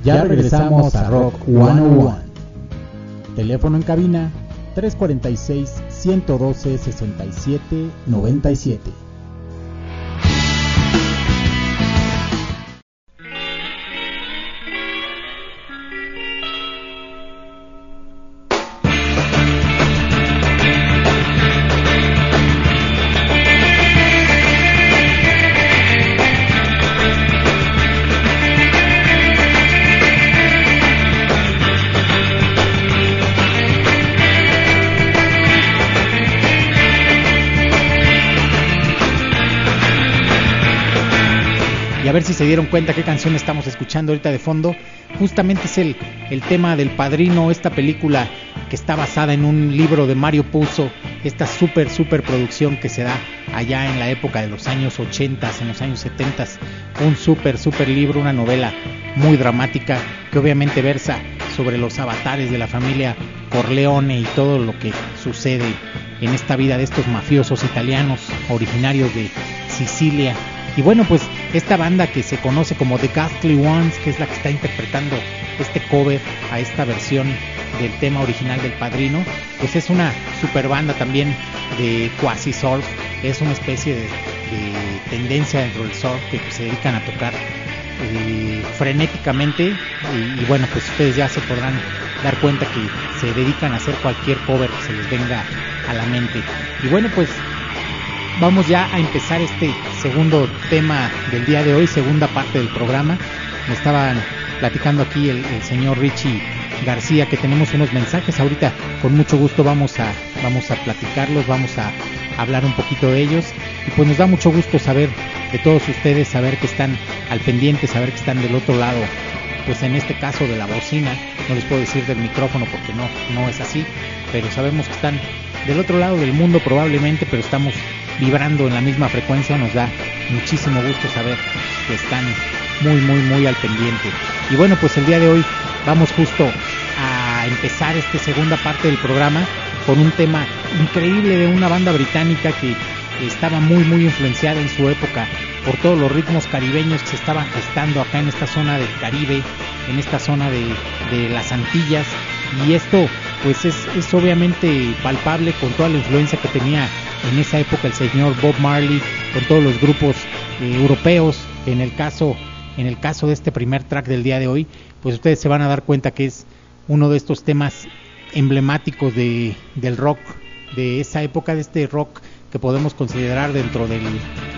Ya regresamos a Rock 101. Teléfono en cabina 346-112-6797. Y a ver si se dieron cuenta qué canción estamos escuchando ahorita de fondo. Justamente es el tema del Padrino, esta película que está basada en un libro de Mario Puzo, esta super producción que se da allá en la época de los años 80, en los años 70, un super libro, una novela muy dramática que obviamente versa sobre los avatares de la familia Corleone y todo lo que sucede en esta vida de estos mafiosos italianos originarios de Sicilia. Y bueno, pues esta banda que se conoce como The Ghastly Ones, que es la que está interpretando este cover a esta versión del tema original del Padrino, pues es una super banda también de quasi surf, es una especie de tendencia dentro del surf que se dedican a tocar frenéticamente y bueno, pues ustedes ya se podrán dar cuenta que se dedican a hacer cualquier cover que se les venga a la mente. Y bueno, pues vamos ya a empezar este segundo tema del día de hoy, segunda parte del programa. Me estaban platicando aquí el señor Richie García que tenemos unos mensajes. Ahorita con mucho gusto vamos a platicarlos, vamos a hablar un poquito de ellos. Y pues nos da mucho gusto saber de todos ustedes, saber que están al pendiente, saber que están del otro lado, pues en este caso de la bocina. No les puedo decir del micrófono porque no es así, pero sabemos que están del otro lado del mundo probablemente, pero estamos vibrando en la misma frecuencia. Nos da muchísimo gusto saber que están muy al pendiente. Y bueno, pues el día de hoy vamos justo a empezar esta segunda parte del programa con un tema increíble de una banda británica que estaba muy influenciada en su época por todos los ritmos caribeños que se estaban gestando acá en esta zona del Caribe, en esta zona de las Antillas. Y esto pues es obviamente palpable con toda la influencia que tenía en esa época el señor Bob Marley, con todos los grupos europeos. En el caso de este primer track del día de hoy, pues ustedes se van a dar cuenta que es uno de estos temas emblemáticos del rock, de esa época, de este rock que podemos considerar dentro del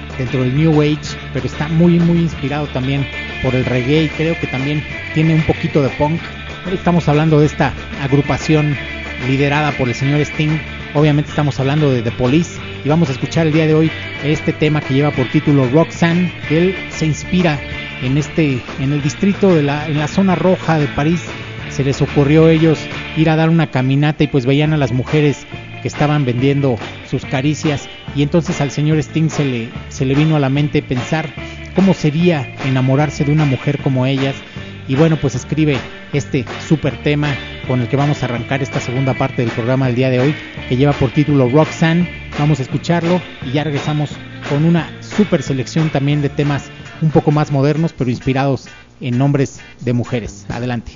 New Age, pero está muy inspirado también por el reggae y creo que también tiene un poquito de punk. Hoy estamos hablando de esta agrupación liderada por el señor Sting. Obviamente estamos hablando de The Police y vamos a escuchar el día de hoy este tema que lleva por título Roxanne, que él se inspira en el distrito en la zona roja de París. Se les ocurrió a ellos ir a dar una caminata y pues veían a las mujeres que estaban vendiendo sus caricias y entonces al señor Sting se le vino a la mente pensar cómo sería enamorarse de una mujer como ellas. Y bueno, pues escribe este super tema con el que vamos a arrancar esta segunda parte del programa del día de hoy, que lleva por título Roxanne. Vamos a escucharlo y ya regresamos con una super selección también de temas un poco más modernos, pero inspirados en nombres de mujeres. Adelante.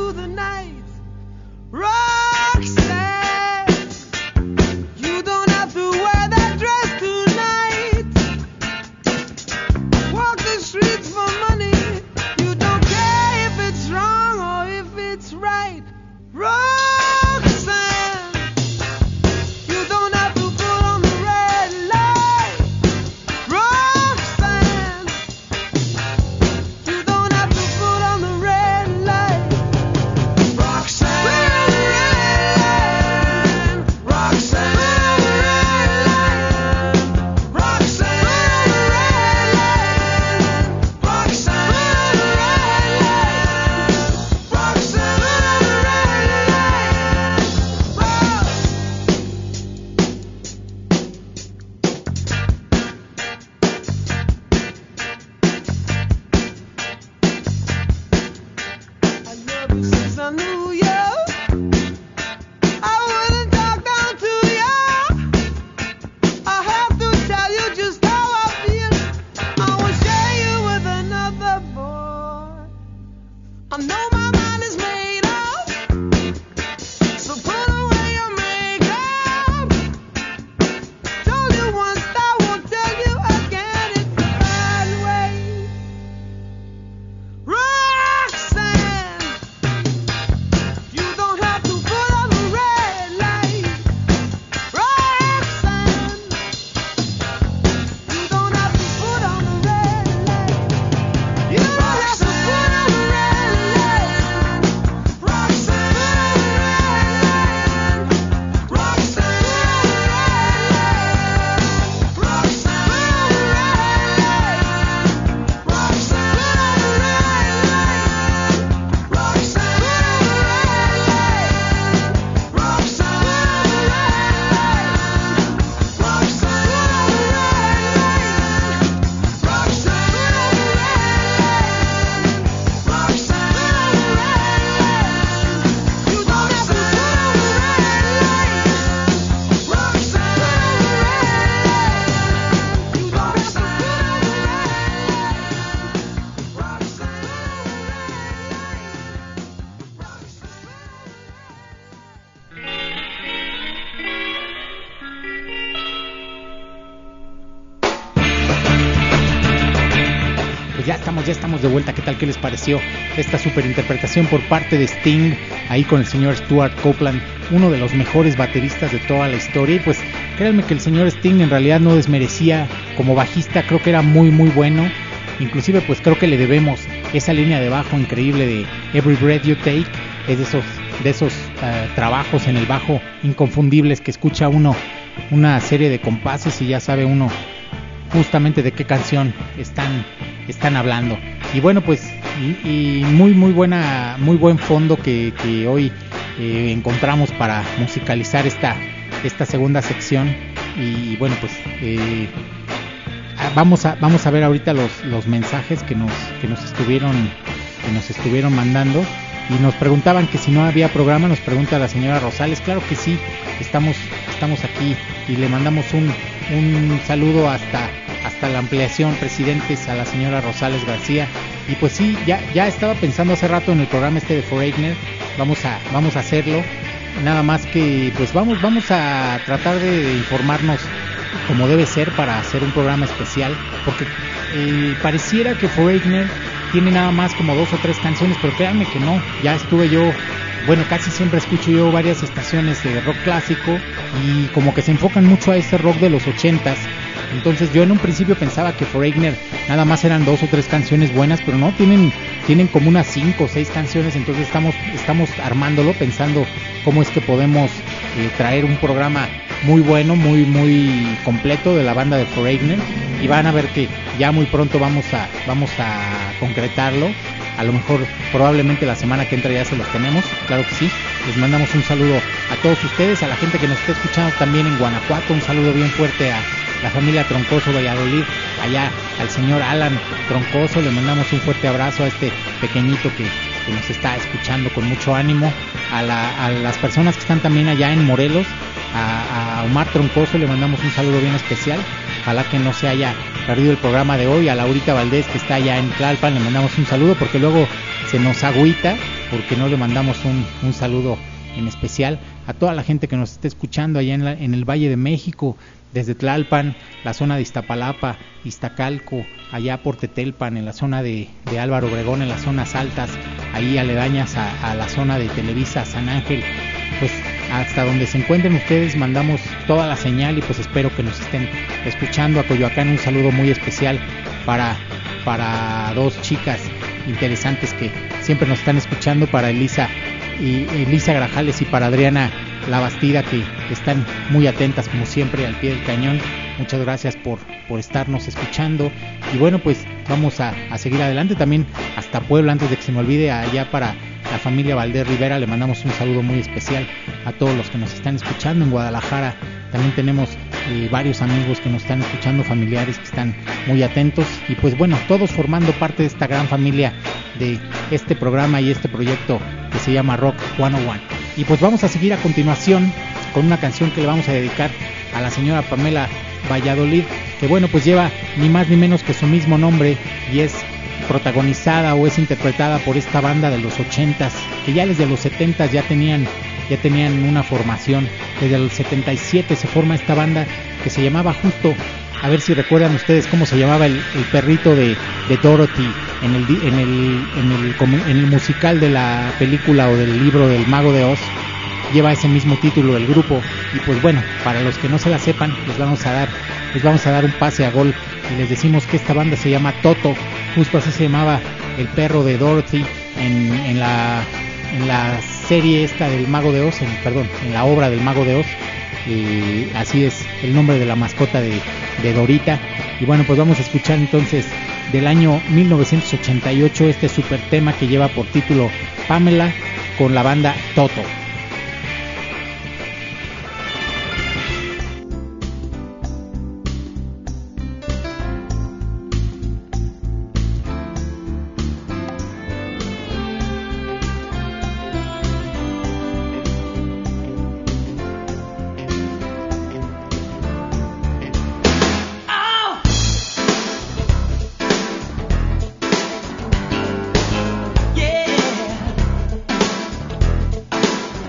Roxanne, you don't have Ya estamos de vuelta. ¿Qué tal? ¿Qué les pareció esta super interpretación por parte de Sting ahí con el señor Stuart Copeland, uno de los mejores bateristas de toda la historia? Y pues créanme que el señor Sting en realidad no desmerecía como bajista, creo que era muy bueno. Inclusive pues creo que le debemos esa línea de bajo increíble de Every Breath You Take. Es de esos trabajos en el bajo inconfundibles que escucha uno una serie de compases y ya sabe uno justamente de qué canción están hablando. Y bueno, pues y muy buen fondo que hoy encontramos para musicalizar esta segunda sección. Y bueno, pues vamos a ver ahorita los mensajes que nos estuvieron mandando. Y nos preguntaban que si no había programa, nos pregunta la señora Rosales. Claro que sí, estamos aquí y le mandamos un saludo hasta la ampliación, presidentes, a la señora Rosales García. Y pues sí, ya estaba pensando hace rato en el programa de Foreigner, vamos a hacerlo, nada más que pues vamos a tratar de informarnos como debe ser para hacer un programa especial, porque pareciera que Foreigner tiene nada más como 2 o 3 canciones, pero créanme que no. Ya estuve yo, bueno, casi siempre escucho yo varias estaciones de rock clásico y como que se enfocan mucho a ese rock de los 80s. Entonces yo en un principio pensaba que Foreigner nada más eran 2 o 3 canciones buenas, pero no, tienen como unas 5 o 6 canciones. Entonces estamos armándolo, pensando cómo es que podemos traer un programa muy bueno, muy completo de la banda de Foreigner, y van a ver que ya muy pronto vamos a concretarlo. A lo mejor probablemente la semana que entra ya se los tenemos, claro que sí. Les mandamos un saludo a todos ustedes, a la gente que nos está escuchando también en Guanajuato, un saludo bien fuerte a la familia Troncoso Valladolid, allá al señor Alan Troncoso, le mandamos un fuerte abrazo a este pequeñito que nos está escuchando con mucho ánimo, a las personas que están también allá en Morelos, a Omar Troncoso le mandamos un saludo bien especial, ojalá que no se haya perdido el programa de hoy, a Laurita Valdés que está allá en Tlalpan le mandamos un saludo, porque luego se nos agüita porque no le mandamos un saludo en especial, a toda la gente que nos esté escuchando allá en el Valle de México, desde Tlalpan, la zona de Iztapalapa, Iztacalco, allá por Tetelpan, en la zona de Álvaro Obregón, en las zonas altas, ahí aledañas a la zona de Televisa, San Ángel, pues hasta donde se encuentren ustedes mandamos toda la señal, y pues espero que nos estén escuchando. A Coyoacán un saludo muy especial para 2 chicas interesantes que siempre nos están escuchando, para Elisa Grajales y para Adriana Labastida, que están muy atentas como siempre al pie del cañón. Muchas gracias por estarnos escuchando, y bueno, pues vamos a seguir adelante. También hasta Puebla, antes de que se me olvide, allá para la familia Valdés Rivera le mandamos un saludo muy especial a todos los que nos están escuchando. En Guadalajara también tenemos varios amigos que nos están escuchando, familiares que están muy atentos, y pues bueno, todos formando parte de esta gran familia de este programa y este proyecto que se llama Rock 101. Y pues vamos a seguir a continuación con una canción que le vamos a dedicar a la señora Pamela Valladolid, que bueno, pues lleva ni más ni menos que su mismo nombre, y es protagonizada o es interpretada por esta banda de los 80s, que ya desde los 70s ya tenían una formación. Desde el 77 se forma esta banda que se llamaba justo, a ver si recuerdan ustedes cómo se llamaba el perrito de Dorothy en el musical de la película o del libro del Mago de Oz. Lleva ese mismo título del grupo. Y pues bueno, para los que no se la sepan, les vamos a dar un pase a gol y les decimos que esta banda se llama Toto. Justo así se llamaba el perro de Dorothy en la serie esta del Mago de Oz, en la obra del Mago de Oz. Así es el nombre de la mascota de Dorita. Y bueno, pues vamos a escuchar entonces del año 1988 este super tema que lleva por título Pamela, con la banda Toto. Yeah.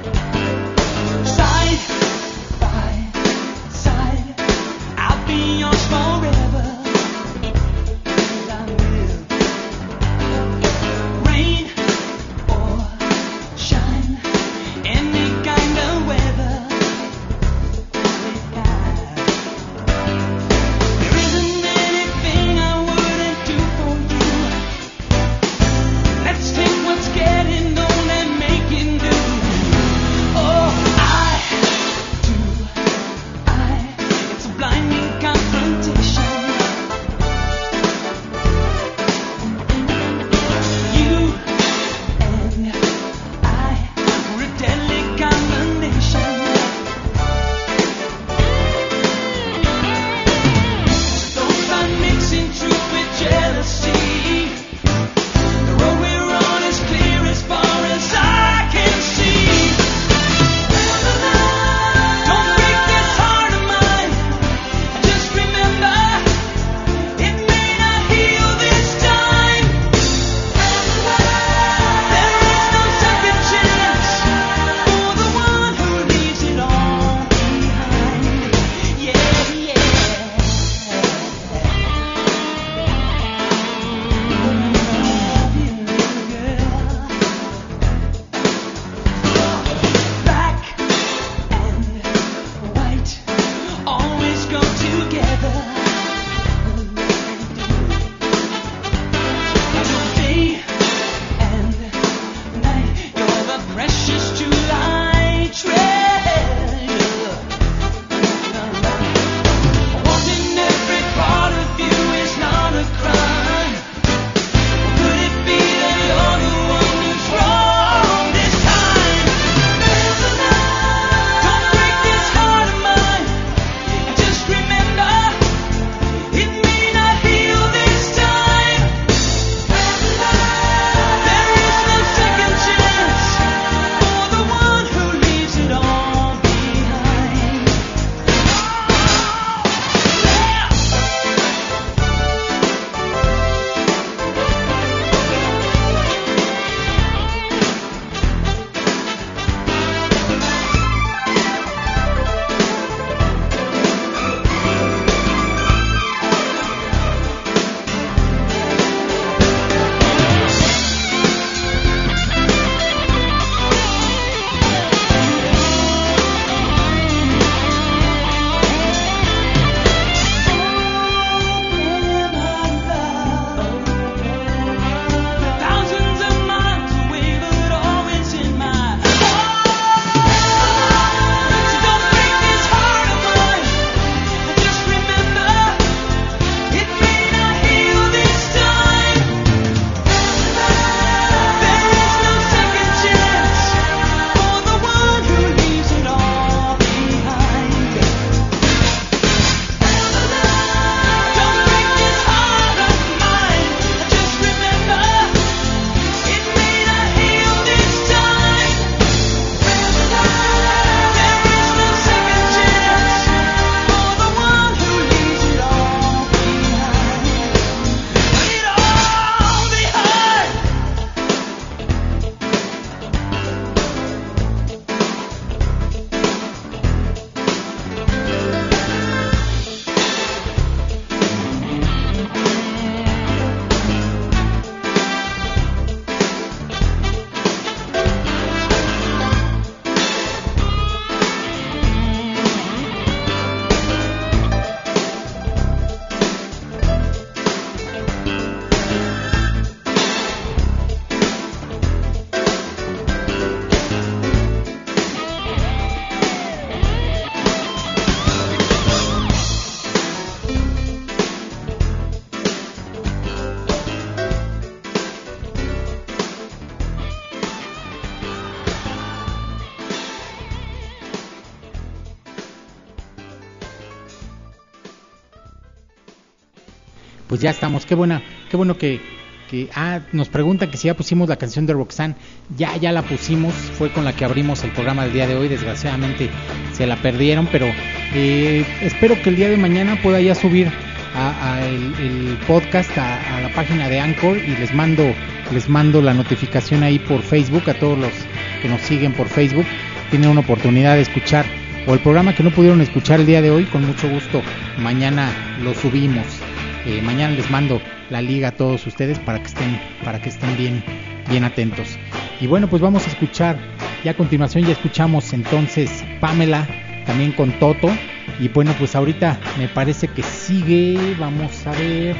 pues ya estamos. Qué bueno que nos preguntan que si ya pusimos la canción de Roxanne. Ya la pusimos, fue con la que abrimos el programa del día de hoy. Desgraciadamente se la perdieron, pero espero que el día de mañana pueda ya subir el podcast a la página de Anchor, y les mando la notificación ahí por Facebook. A todos los que nos siguen por Facebook tienen una oportunidad de escuchar, o el programa que no pudieron escuchar el día de hoy, con mucho gusto mañana lo subimos. Mañana les mando la liga a todos ustedes para que estén bien atentos. Y bueno, pues vamos a escuchar, ya a continuación ya escuchamos entonces Pamela, también con Toto. Y bueno, pues ahorita me parece que sigue, vamos a ver,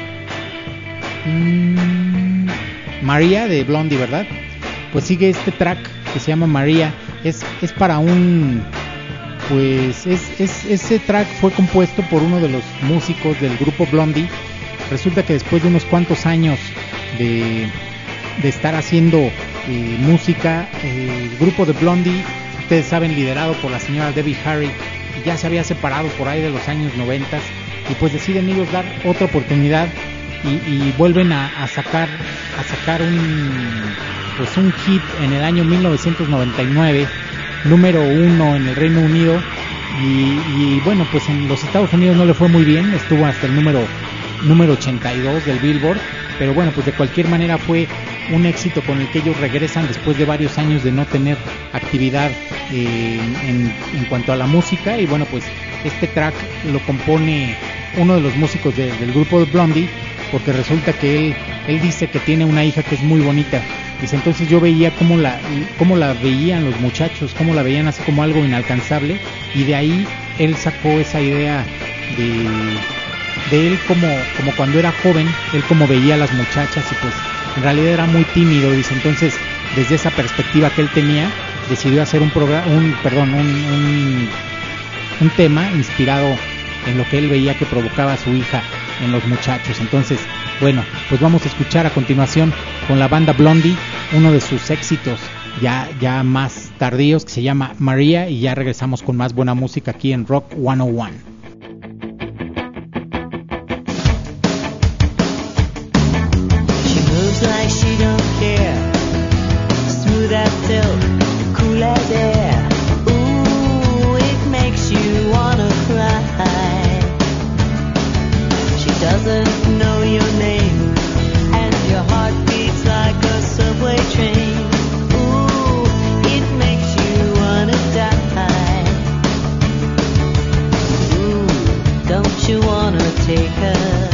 María de Blondie, ¿verdad? Pues sigue este track que se llama María. Es para pues ese track fue compuesto por uno de los músicos del grupo Blondie. Resulta que después de unos cuantos años de estar haciendo música, el grupo de Blondie, ustedes saben, liderado por la señora Debbie Harry, ya se había separado por ahí de los años 90, y pues deciden ellos dar otra oportunidad y vuelven a sacar un hit en el año 1999, número 1 en el Reino Unido, y bueno, pues en los Estados Unidos no le fue muy bien, estuvo hasta el número 82 del Billboard, pero bueno, pues de cualquier manera fue un éxito con el que ellos regresan después de varios años de no tener actividad en cuanto a la música. Y bueno, pues este track lo compone uno de los músicos del grupo de Blondie, porque resulta que él dice que tiene una hija que es muy bonita. Dice, entonces yo veía cómo la veían los muchachos, cómo la veían así como algo inalcanzable, y de ahí él sacó esa idea de él como cuando era joven, él como veía a las muchachas, y pues en realidad era muy tímido. Dice, entonces desde esa perspectiva que él tenía, decidió hacer un tema inspirado en lo que él veía que provocaba a su hija en los muchachos. Entonces, bueno, pues vamos a escuchar a continuación con la banda Blondie uno de sus éxitos ya más tardíos, que se llama María, y ya regresamos con más buena música aquí en Rock 101. Like she don't care, smooth as silk, cool as air. Ooh, it makes you wanna cry. She doesn't know your name, and your heart beats like a subway train. Ooh, it makes you wanna die. Ooh, don't you wanna take her?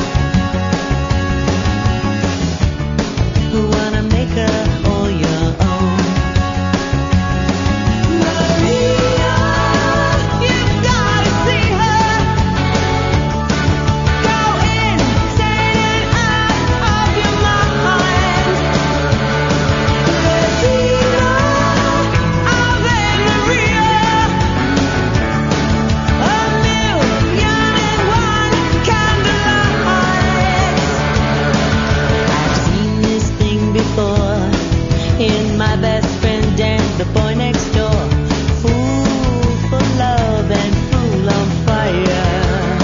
Who wanna make her all your own? Maria, you've gotta see her. Go insane and out of your mind. Regina, Ave Maria, a million and one candlelight. I've seen this thing before in my best friend and the boy next door. Fool for love and fool on fire.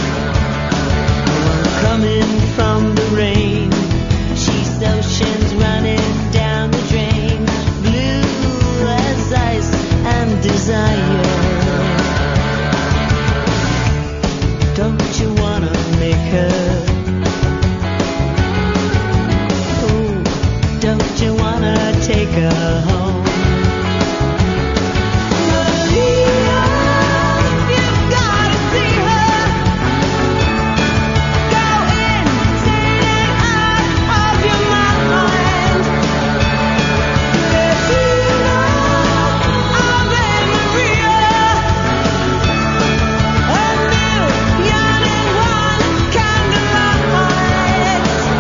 Coming from the rain, she's oceans running down the drain. Blue as ice and desire. Don't you wanna make her? Don't you wanna take her home? Maria, you've gotta see her. Go insane and out of your mind. Regina, Ave Maria, a million and one candlelight.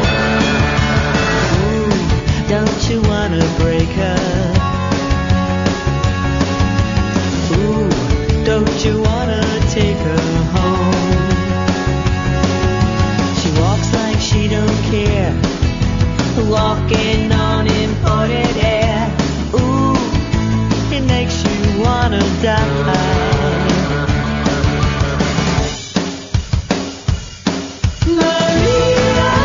Don't you wanna break her? Ooh, don't you wanna take her home? She walks like she don't care, walking on imported air. Ooh, it makes you wanna die. Maria,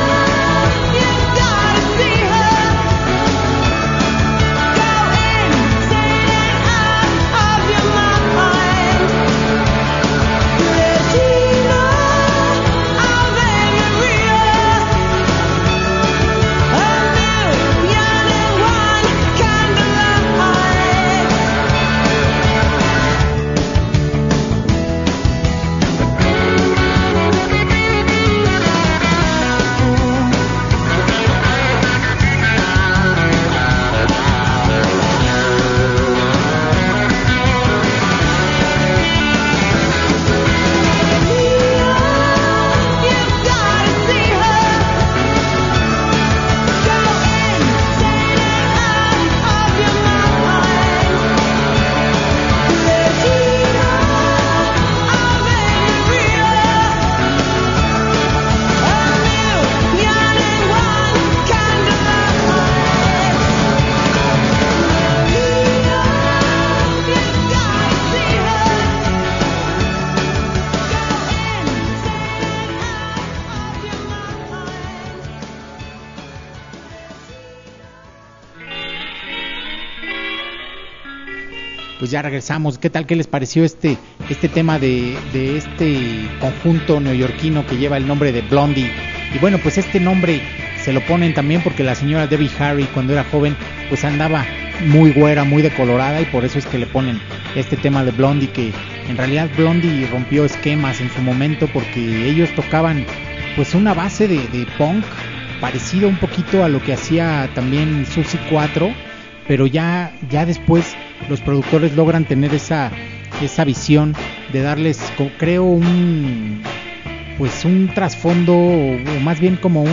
pues ya regresamos. ¿Qué tal? ¿Qué les pareció este tema de este conjunto neoyorquino que lleva el nombre de Blondie? Y bueno, pues este nombre se lo ponen también porque la señora Debbie Harry, cuando era joven, pues andaba muy güera, muy decolorada, y por eso es que le ponen este tema de Blondie, que en realidad Blondie rompió esquemas en su momento porque ellos tocaban pues una base de punk parecido un poquito a lo que hacía también Susie 4, pero ya después los productores logran tener esa visión de darles, creo, un trasfondo, o más bien como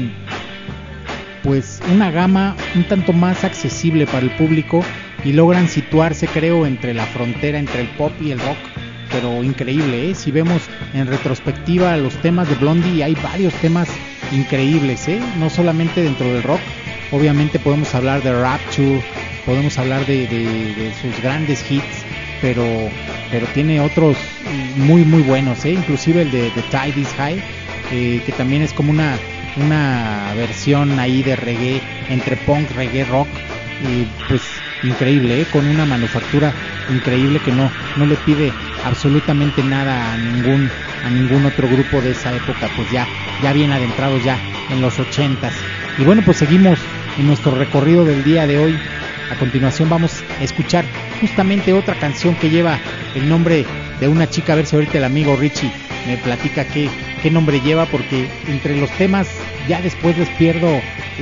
una gama un tanto más accesible para el público, y logran situarse, creo, entre la frontera entre el pop y el rock, pero increíble, ¿eh? Si vemos en retrospectiva los temas de Blondie, hay varios temas increíbles, ¿eh? No solamente dentro del rock, obviamente podemos hablar de Rapture, podemos hablar de sus grandes hits, pero tiene otros muy muy buenos, ¿eh? Inclusive el de The Tide is High, que también es como una versión ahí de reggae, entre punk, reggae, rock, y pues increíble, con una manufactura increíble que no le pide absolutamente nada a ningún otro grupo de esa época, pues ya bien adentrados ya en los 80s. Y bueno, pues seguimos en nuestro recorrido del día de hoy. A continuación vamos a escuchar justamente otra canción que lleva el nombre de una chica, a ver si ahorita el amigo Richie me platica qué nombre lleva, porque entre los temas ya después les pierdo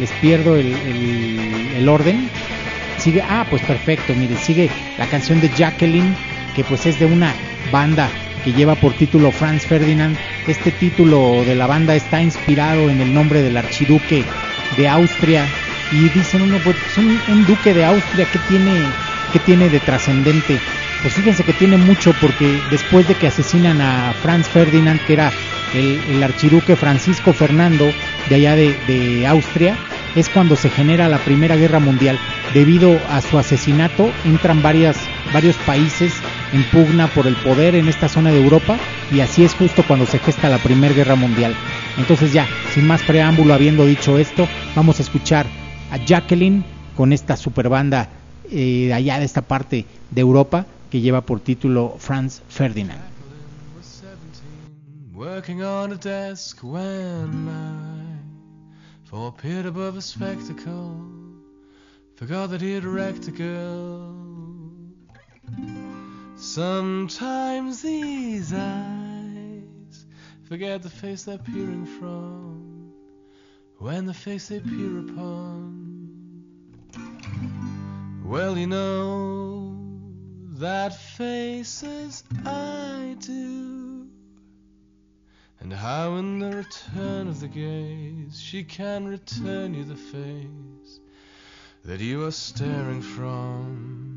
el orden. Sigue, pues perfecto, mire, sigue la canción de Jacqueline, que pues es de una banda que lleva por título Franz Ferdinand. Este título de la banda está inspirado en el nombre del archiduque de Austria, y dicen uno, pues un duque de Austria, ¿qué tiene de trascendente? Pues fíjense que tiene mucho, porque después de que asesinan a Franz Ferdinand, que era el archiduque Francisco Fernando de allá de Austria, es cuando se genera la Primera Guerra Mundial. Debido a su asesinato entran varios países en pugna por el poder en esta zona de Europa, y así es justo cuando se gesta la Primera Guerra Mundial. Entonces ya, sin más preámbulo, habiendo dicho esto, vamos a escuchar a Jacqueline con esta super banda allá de esta parte de Europa que lleva por título Franz Ferdinand. Working on a desk when I, for a peered above a spectacle, forgot that he'd wrecked a girl. Sometimes these eyes forget the face they're peering from, when the face they peer upon, well, you know that faces I do, and how in the return of the gaze she can return you the face that you are staring from.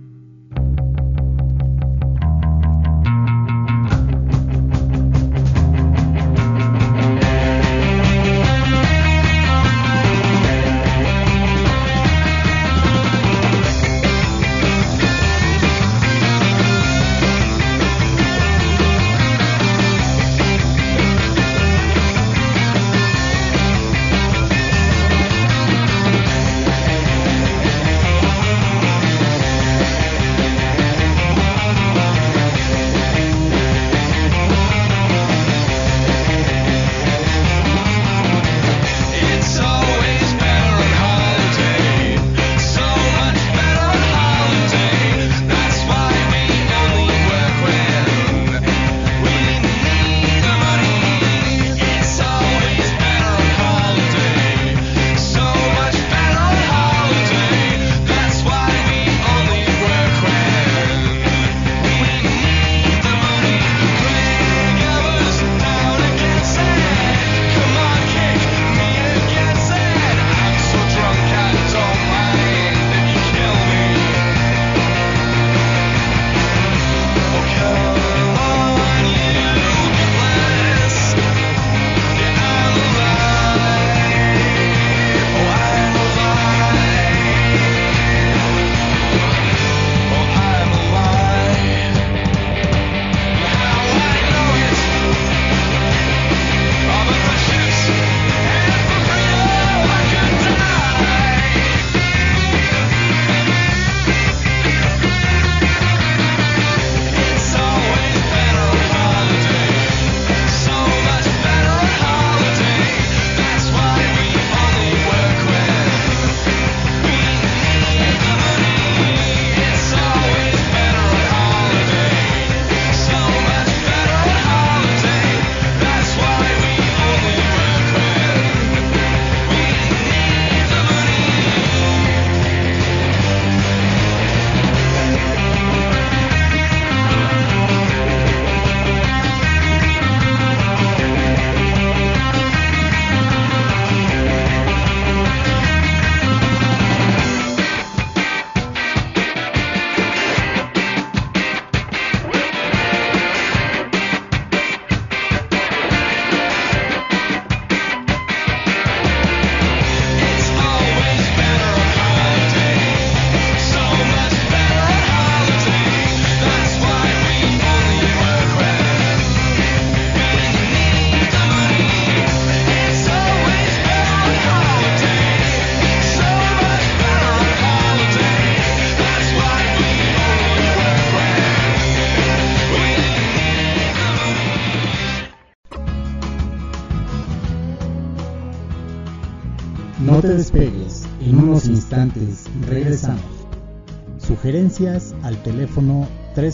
despegues, en unos instantes regresamos. Sugerencias al teléfono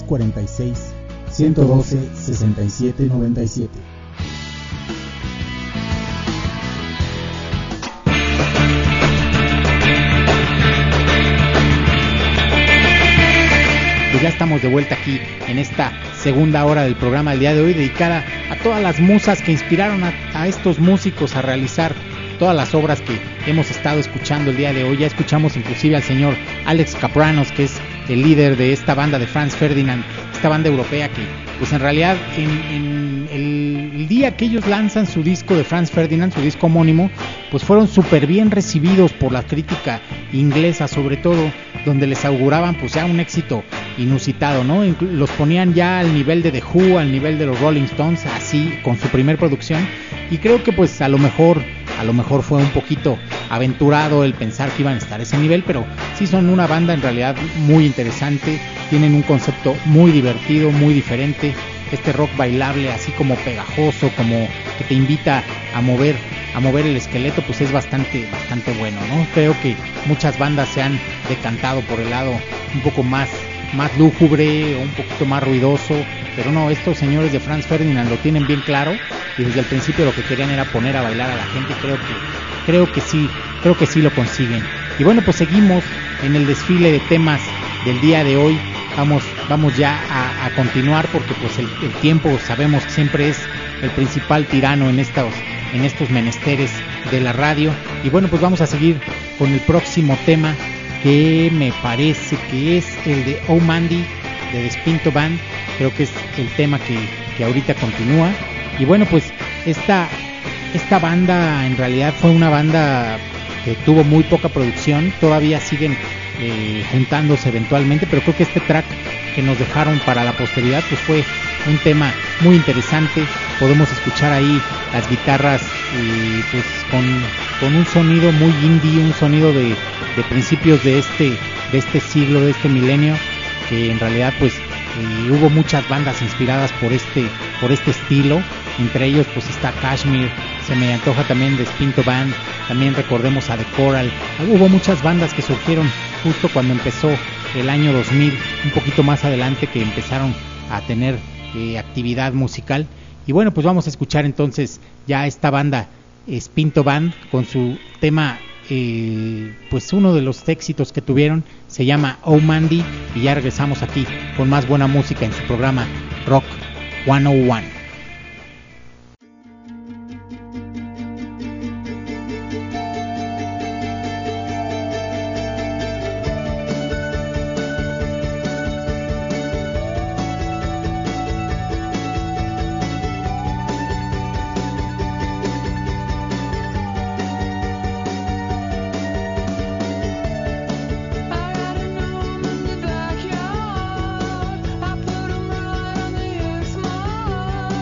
346-112-6797. Pues ya estamos de vuelta aquí en esta segunda hora del programa del día de hoy, dedicada a todas las musas que inspiraron a estos músicos a realizar todas las obras que hemos estado escuchando el día de hoy. Ya escuchamos inclusive al señor Alex Kapranos, que es el líder de esta banda de Franz Ferdinand, esta banda europea que pues en realidad en el día que ellos lanzan su disco de Franz Ferdinand, su disco homónimo, pues fueron súper bien recibidos por la crítica inglesa, sobre todo, donde les auguraban pues ya un éxito inusitado, ¿no? Los ponían ya al nivel de The Who, al nivel de los Rolling Stones, así con su primer producción, y creo que pues a lo mejor fue un poquito aventurado el pensar que iban a estar a ese nivel, pero sí son una banda en realidad muy interesante, tienen un concepto muy divertido, muy diferente, este rock bailable así como pegajoso, como que te invita a mover el esqueleto, pues es bastante bueno, ¿no? Creo que muchas bandas se han decantado por el lado un poco más lúgubre o un poquito más ruidoso, pero no, estos señores de Franz Ferdinand lo tienen bien claro y desde el principio lo que querían era poner a bailar a la gente, y creo que sí lo consiguen. Y bueno, pues seguimos en el desfile de temas del día de hoy. Vamos ya a continuar porque pues el tiempo sabemos que siempre es el principal tirano en estos menesteres de la radio. Y bueno, pues vamos a seguir con el próximo tema, que me parece que es el de Oh Mandy de The Spinto Band. Creo que es el tema que ahorita continúa. Y bueno, pues esta banda en realidad fue una banda que tuvo muy poca producción, todavía siguen juntándose eventualmente, pero creo que este track que nos dejaron para la posteridad pues fue un tema muy interesante. Podemos escuchar ahí las guitarras pues con un sonido muy indie, un sonido de principios de este siglo, de este milenio, que en realidad pues hubo muchas bandas inspiradas por este estilo. Entre ellos pues está Kashmir, se me antoja también de Spinto Band, también recordemos a The Coral. Hubo muchas bandas que surgieron justo cuando empezó el año 2000, un poquito más adelante, que empezaron a tener actividad musical. Y bueno, pues vamos a escuchar entonces ya esta banda Spinto Band con su tema, pues uno de los éxitos que tuvieron, se llama Oh Mandy, y ya regresamos aquí con más buena música en su programa Rock 101. Backyard, I put 'em right on the X-Mark.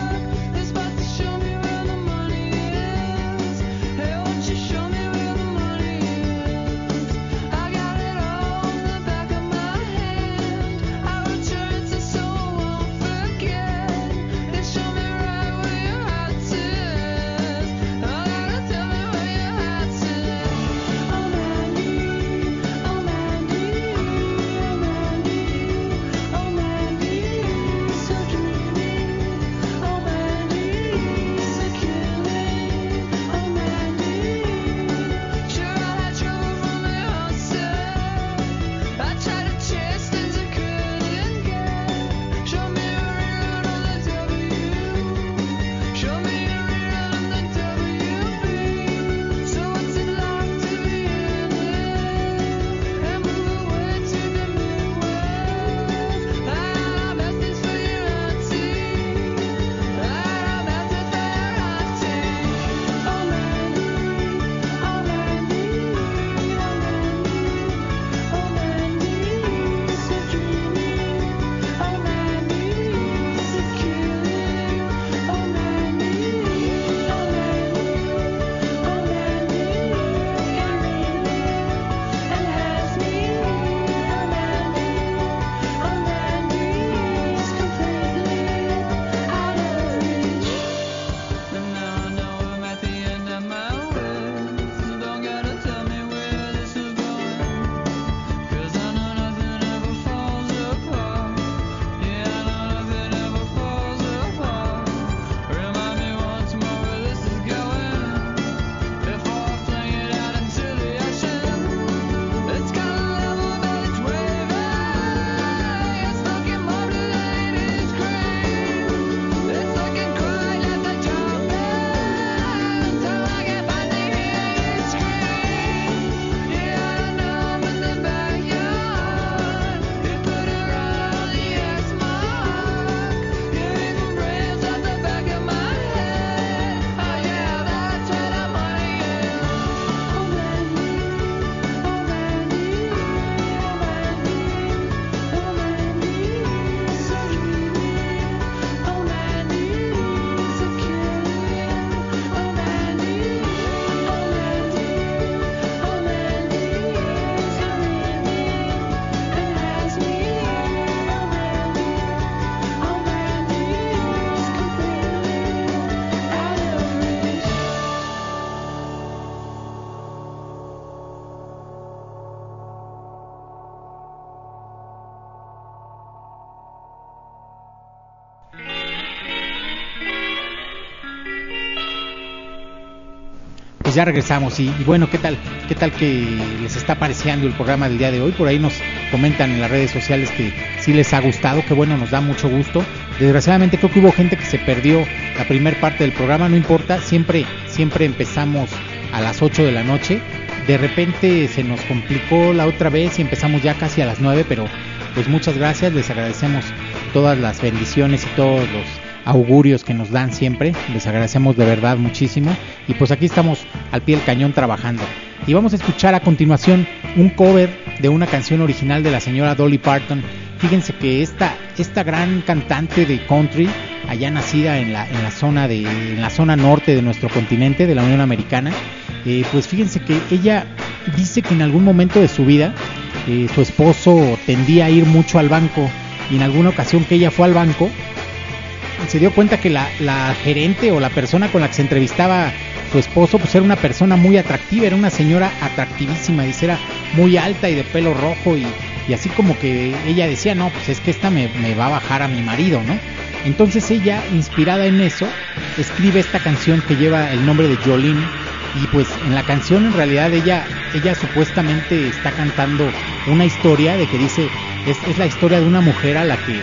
pues ya regresamos y bueno, ¿qué tal que les está pareciendo el programa del día de hoy? Por ahí nos comentan en las redes sociales que sí les ha gustado, que bueno, nos da mucho gusto. Desgraciadamente creo que hubo gente que se perdió la primera parte del programa, no importa, siempre empezamos a las 8 de la noche. De repente se nos complicó la otra vez y empezamos ya casi a las 9, pero pues muchas gracias, les agradecemos todas las bendiciones y todos los augurios que nos dan siempre, les agradecemos de verdad muchísimo y pues aquí estamos al pie del cañón trabajando. Y vamos a escuchar a continuación un cover de una canción original de la señora Dolly Parton. Fíjense que esta gran cantante de country, allá nacida en la zona norte de nuestro continente, de la Unión Americana, pues fíjense que ella dice que en algún momento de su vida su esposo tendía a ir mucho al banco y en alguna ocasión que ella fue al banco se dio cuenta que la gerente o la persona con la que se entrevistaba su esposo pues era una persona muy atractiva, era una señora atractivísima, dice, era muy alta y de pelo rojo y así como que ella decía, no, pues es que esta me va a bajar a mi marido, ¿no? Entonces ella, inspirada en eso, escribe esta canción que lleva el nombre de Jolene. Y pues en la canción en realidad ella supuestamente está cantando una historia de que dice, es la historia de una mujer a la que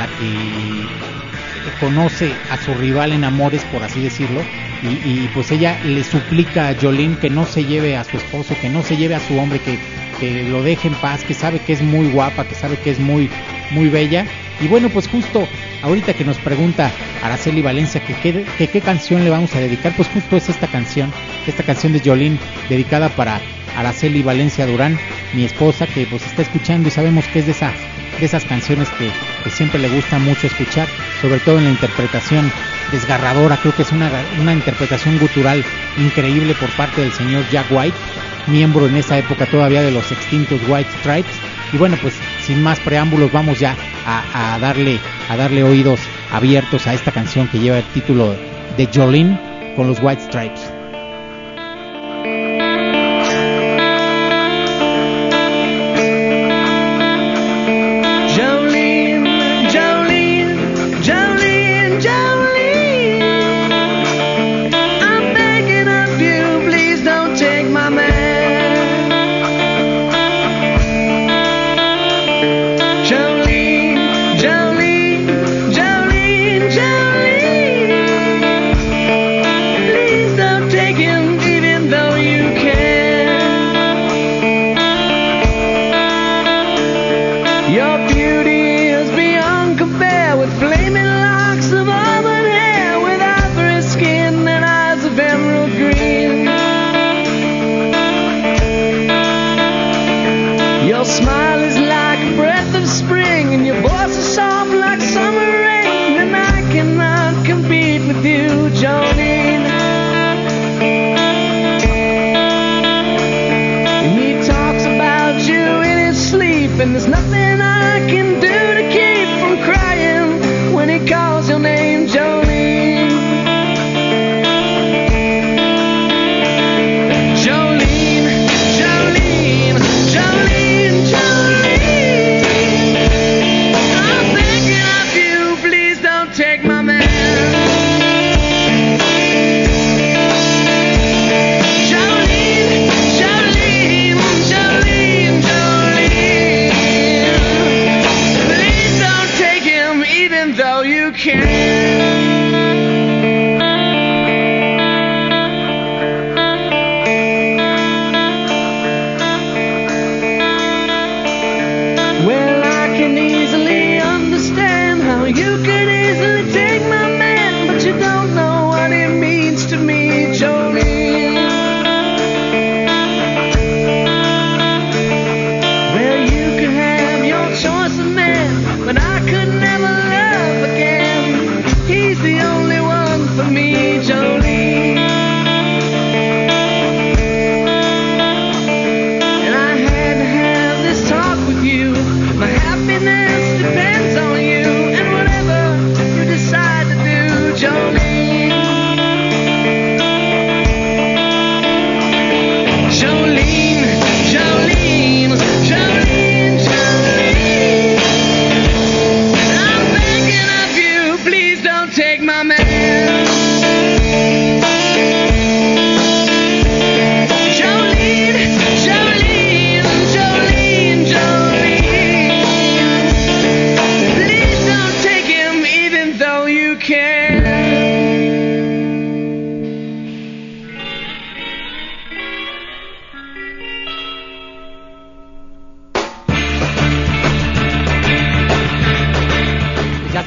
conoce a su rival en amores, por así decirlo, y pues ella le suplica a Jolene que no se lleve a su esposo, que no se lleve a su hombre, que lo deje en paz, que sabe que es muy guapa, que sabe que es muy, muy bella. Y bueno, pues justo ahorita que nos pregunta Araceli Valencia que qué canción le vamos a dedicar, pues justo es esta canción de Jolene, dedicada para Araceli Valencia Durán, mi esposa, que pues está escuchando y sabemos que es de esas canciones que siempre le gusta mucho escuchar, sobre todo en la interpretación desgarradora. Creo que es una interpretación gutural increíble por parte del señor Jack White, miembro en esa época todavía de los extintos White Stripes. Y bueno, pues sin más preámbulos vamos ya a darle oídos abiertos a esta canción que lleva el título de Jolene con los White Stripes. Can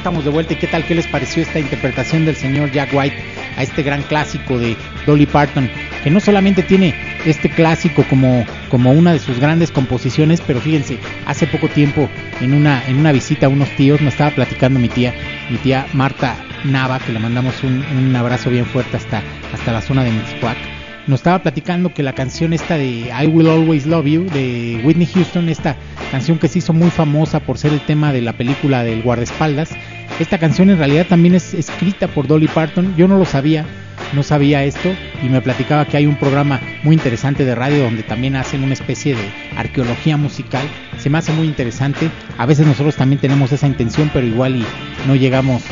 estamos de vuelta. ¿Y qué tal? ¿Qué les pareció esta interpretación del señor Jack White a este gran clásico de Dolly Parton? Que no solamente tiene este clásico como una de sus grandes composiciones, pero fíjense, hace poco tiempo en una visita a unos tíos me estaba platicando mi tía Marta Nava, que le mandamos un abrazo bien fuerte hasta la zona de Mixcoac. Nos estaba platicando que la canción esta de I Will Always Love You de Whitney Houston, esta canción que se hizo muy famosa por ser el tema de la película del guardaespaldas, esta canción en realidad también es escrita por Dolly Parton. Yo no sabía esto, y me platicaba que hay un programa muy interesante de radio donde también hacen una especie de arqueología musical. Se me hace muy interesante. A veces nosotros también tenemos esa intención, pero igual y no llegamos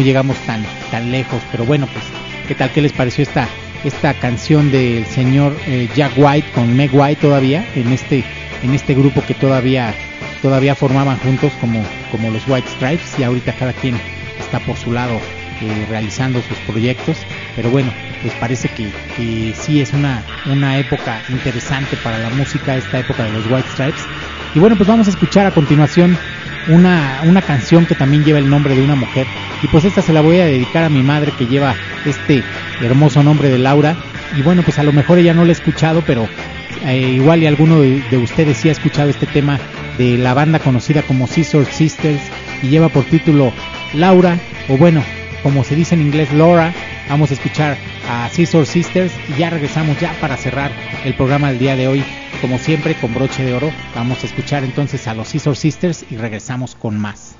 tan lejos. Pero bueno, pues ¿qué tal? ¿Qué les pareció esta canción del señor Jack White con Meg White todavía en este grupo que todavía formaban juntos como los White Stripes, y ahorita cada quien está por su lado realizando sus proyectos? Pero bueno, pues parece que sí es una época interesante para la música, esta época de los White Stripes. Y bueno, pues vamos a escuchar a continuación una canción que también lleva el nombre de una mujer, y pues esta se la voy a dedicar a mi madre, que lleva este hermoso nombre de Laura. Y bueno, pues a lo mejor ella no la ha escuchado, pero igual y alguno de ustedes sí ha escuchado este tema de la banda conocida como Scissor Sisters, y lleva por título Laura, o bueno, como se dice en inglés, Laura. Vamos a escuchar a Scissor Sisters y ya regresamos ya para cerrar el programa del día de hoy, como siempre con broche de oro. Vamos a escuchar entonces a los Scissor Sisters y regresamos con más.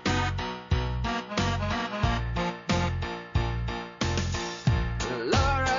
Laura,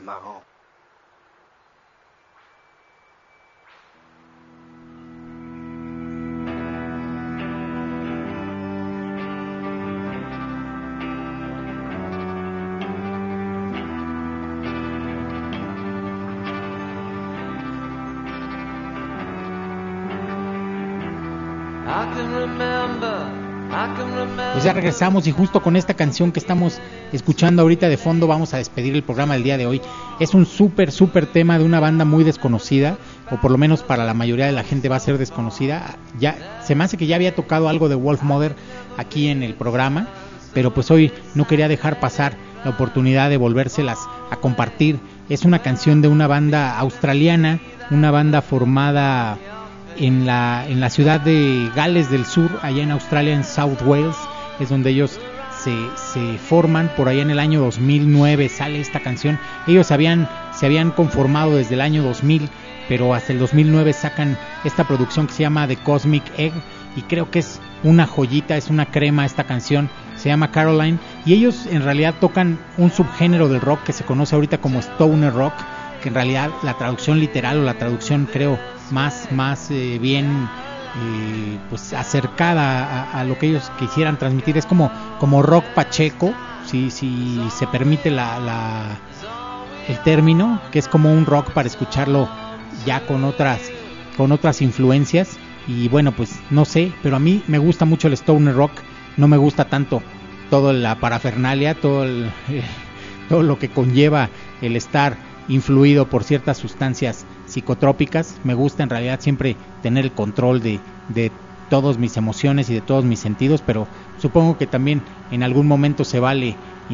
my home. Pues ya regresamos y justo con esta canción que estamos escuchando ahorita de fondo vamos a despedir el programa del día de hoy. Es un súper tema de una banda muy desconocida, o por lo menos para la mayoría de la gente va a ser desconocida. Ya se me hace que ya había tocado algo de Wolfmother aquí en el programa, pero pues hoy no quería dejar pasar la oportunidad de volvérselas a compartir. Es una canción de una banda australiana, una banda formada en la ciudad de Gales del Sur, allá en Australia, en South Wales, es donde ellos se forman. Por allá en el año 2009 sale esta canción. Ellos se habían conformado desde el año 2000, pero hasta el 2009 sacan esta producción que se llama The Cosmic Egg, y creo que es una joyita, es una crema esta canción. Se llama Caroline, y ellos en realidad tocan un subgénero del rock que se conoce ahorita como Stoner Rock, que en realidad la traducción literal, o la traducción creo más bien pues acercada a lo que ellos quisieran transmitir, es como rock pacheco, si se permite el término, que es como un rock para escucharlo ya con otras influencias. Y bueno, pues no sé, pero a mí me gusta mucho el Stoner Rock. No me gusta tanto toda la parafernalia, todo lo que conlleva el estar influido por ciertas sustancias psicotrópicas. Me gusta en realidad siempre tener el control de todas mis emociones y de todos mis sentidos, pero supongo que también en algún momento se vale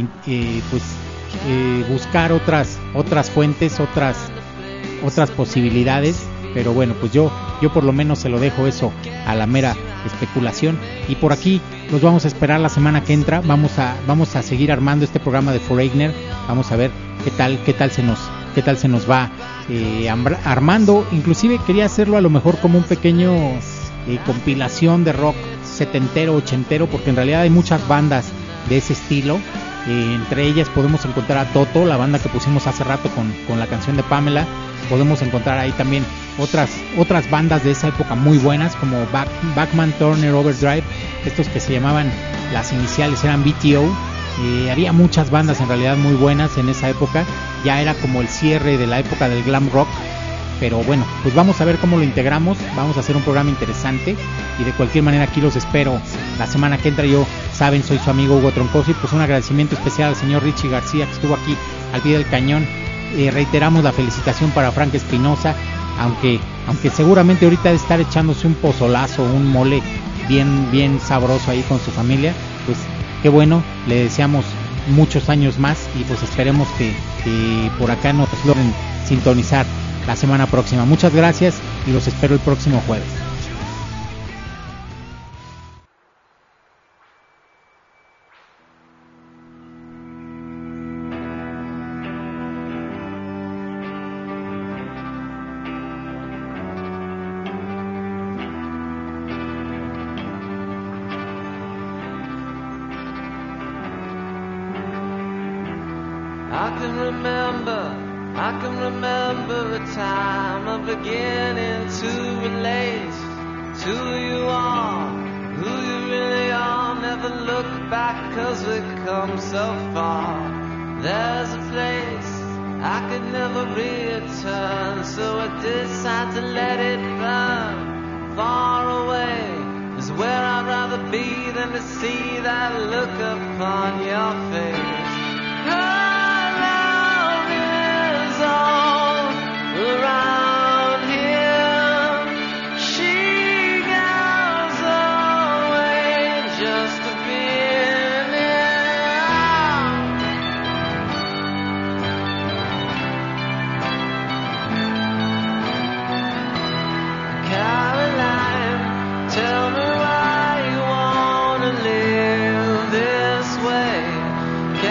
buscar otras fuentes, otras posibilidades. Pero bueno, pues yo por lo menos se lo dejo eso a la mera especulación. Y por aquí los vamos a esperar la semana que entra. Vamos a seguir armando este programa de Foreigner. Vamos a ver qué tal se nos va armando. Inclusive quería hacerlo a lo mejor como un pequeño compilación de rock setentero, ochentero, porque en realidad hay muchas bandas de ese estilo. Entre ellas podemos encontrar a Toto, la banda que pusimos hace rato con la canción de Pamela. Podemos encontrar ahí también otras bandas de esa época muy buenas, como Bachman Turner Overdrive, estos que se llamaban, las iniciales eran BTO. Había muchas bandas en realidad muy buenas en esa época. Ya era como el cierre de la época del glam rock, pero bueno, pues vamos a ver cómo lo integramos. Vamos a hacer un programa interesante, y de cualquier manera aquí los espero la semana que entra. Yo, saben, soy su amigo Hugo Troncoso, y pues un agradecimiento especial al señor Richie García, que estuvo aquí al pie del cañón. Reiteramos la felicitación para Frank Espinosa, aunque seguramente ahorita de estar echándose un pozolazo, un mole bien sabroso ahí con su familia. Pues qué bueno, le deseamos muchos años más, y pues esperemos que por acá nos logren sintonizar la semana próxima. Muchas gracias y los espero el próximo jueves. I can remember a time of beginning to relate to who you are, who you really are. Never look back, 'cause we've come so far. There's a place I could never return, so I decide to let it burn. Far away is where I'd rather be than to see that look upon your face. All around here, she goes away just to be near. Caroline, tell me why you wanna live this way.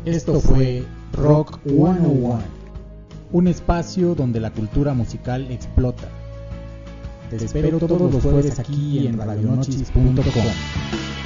Esto fue Rock 101, un espacio donde la cultura musical explota. Te espero todos los jueves aquí en radionochis.com.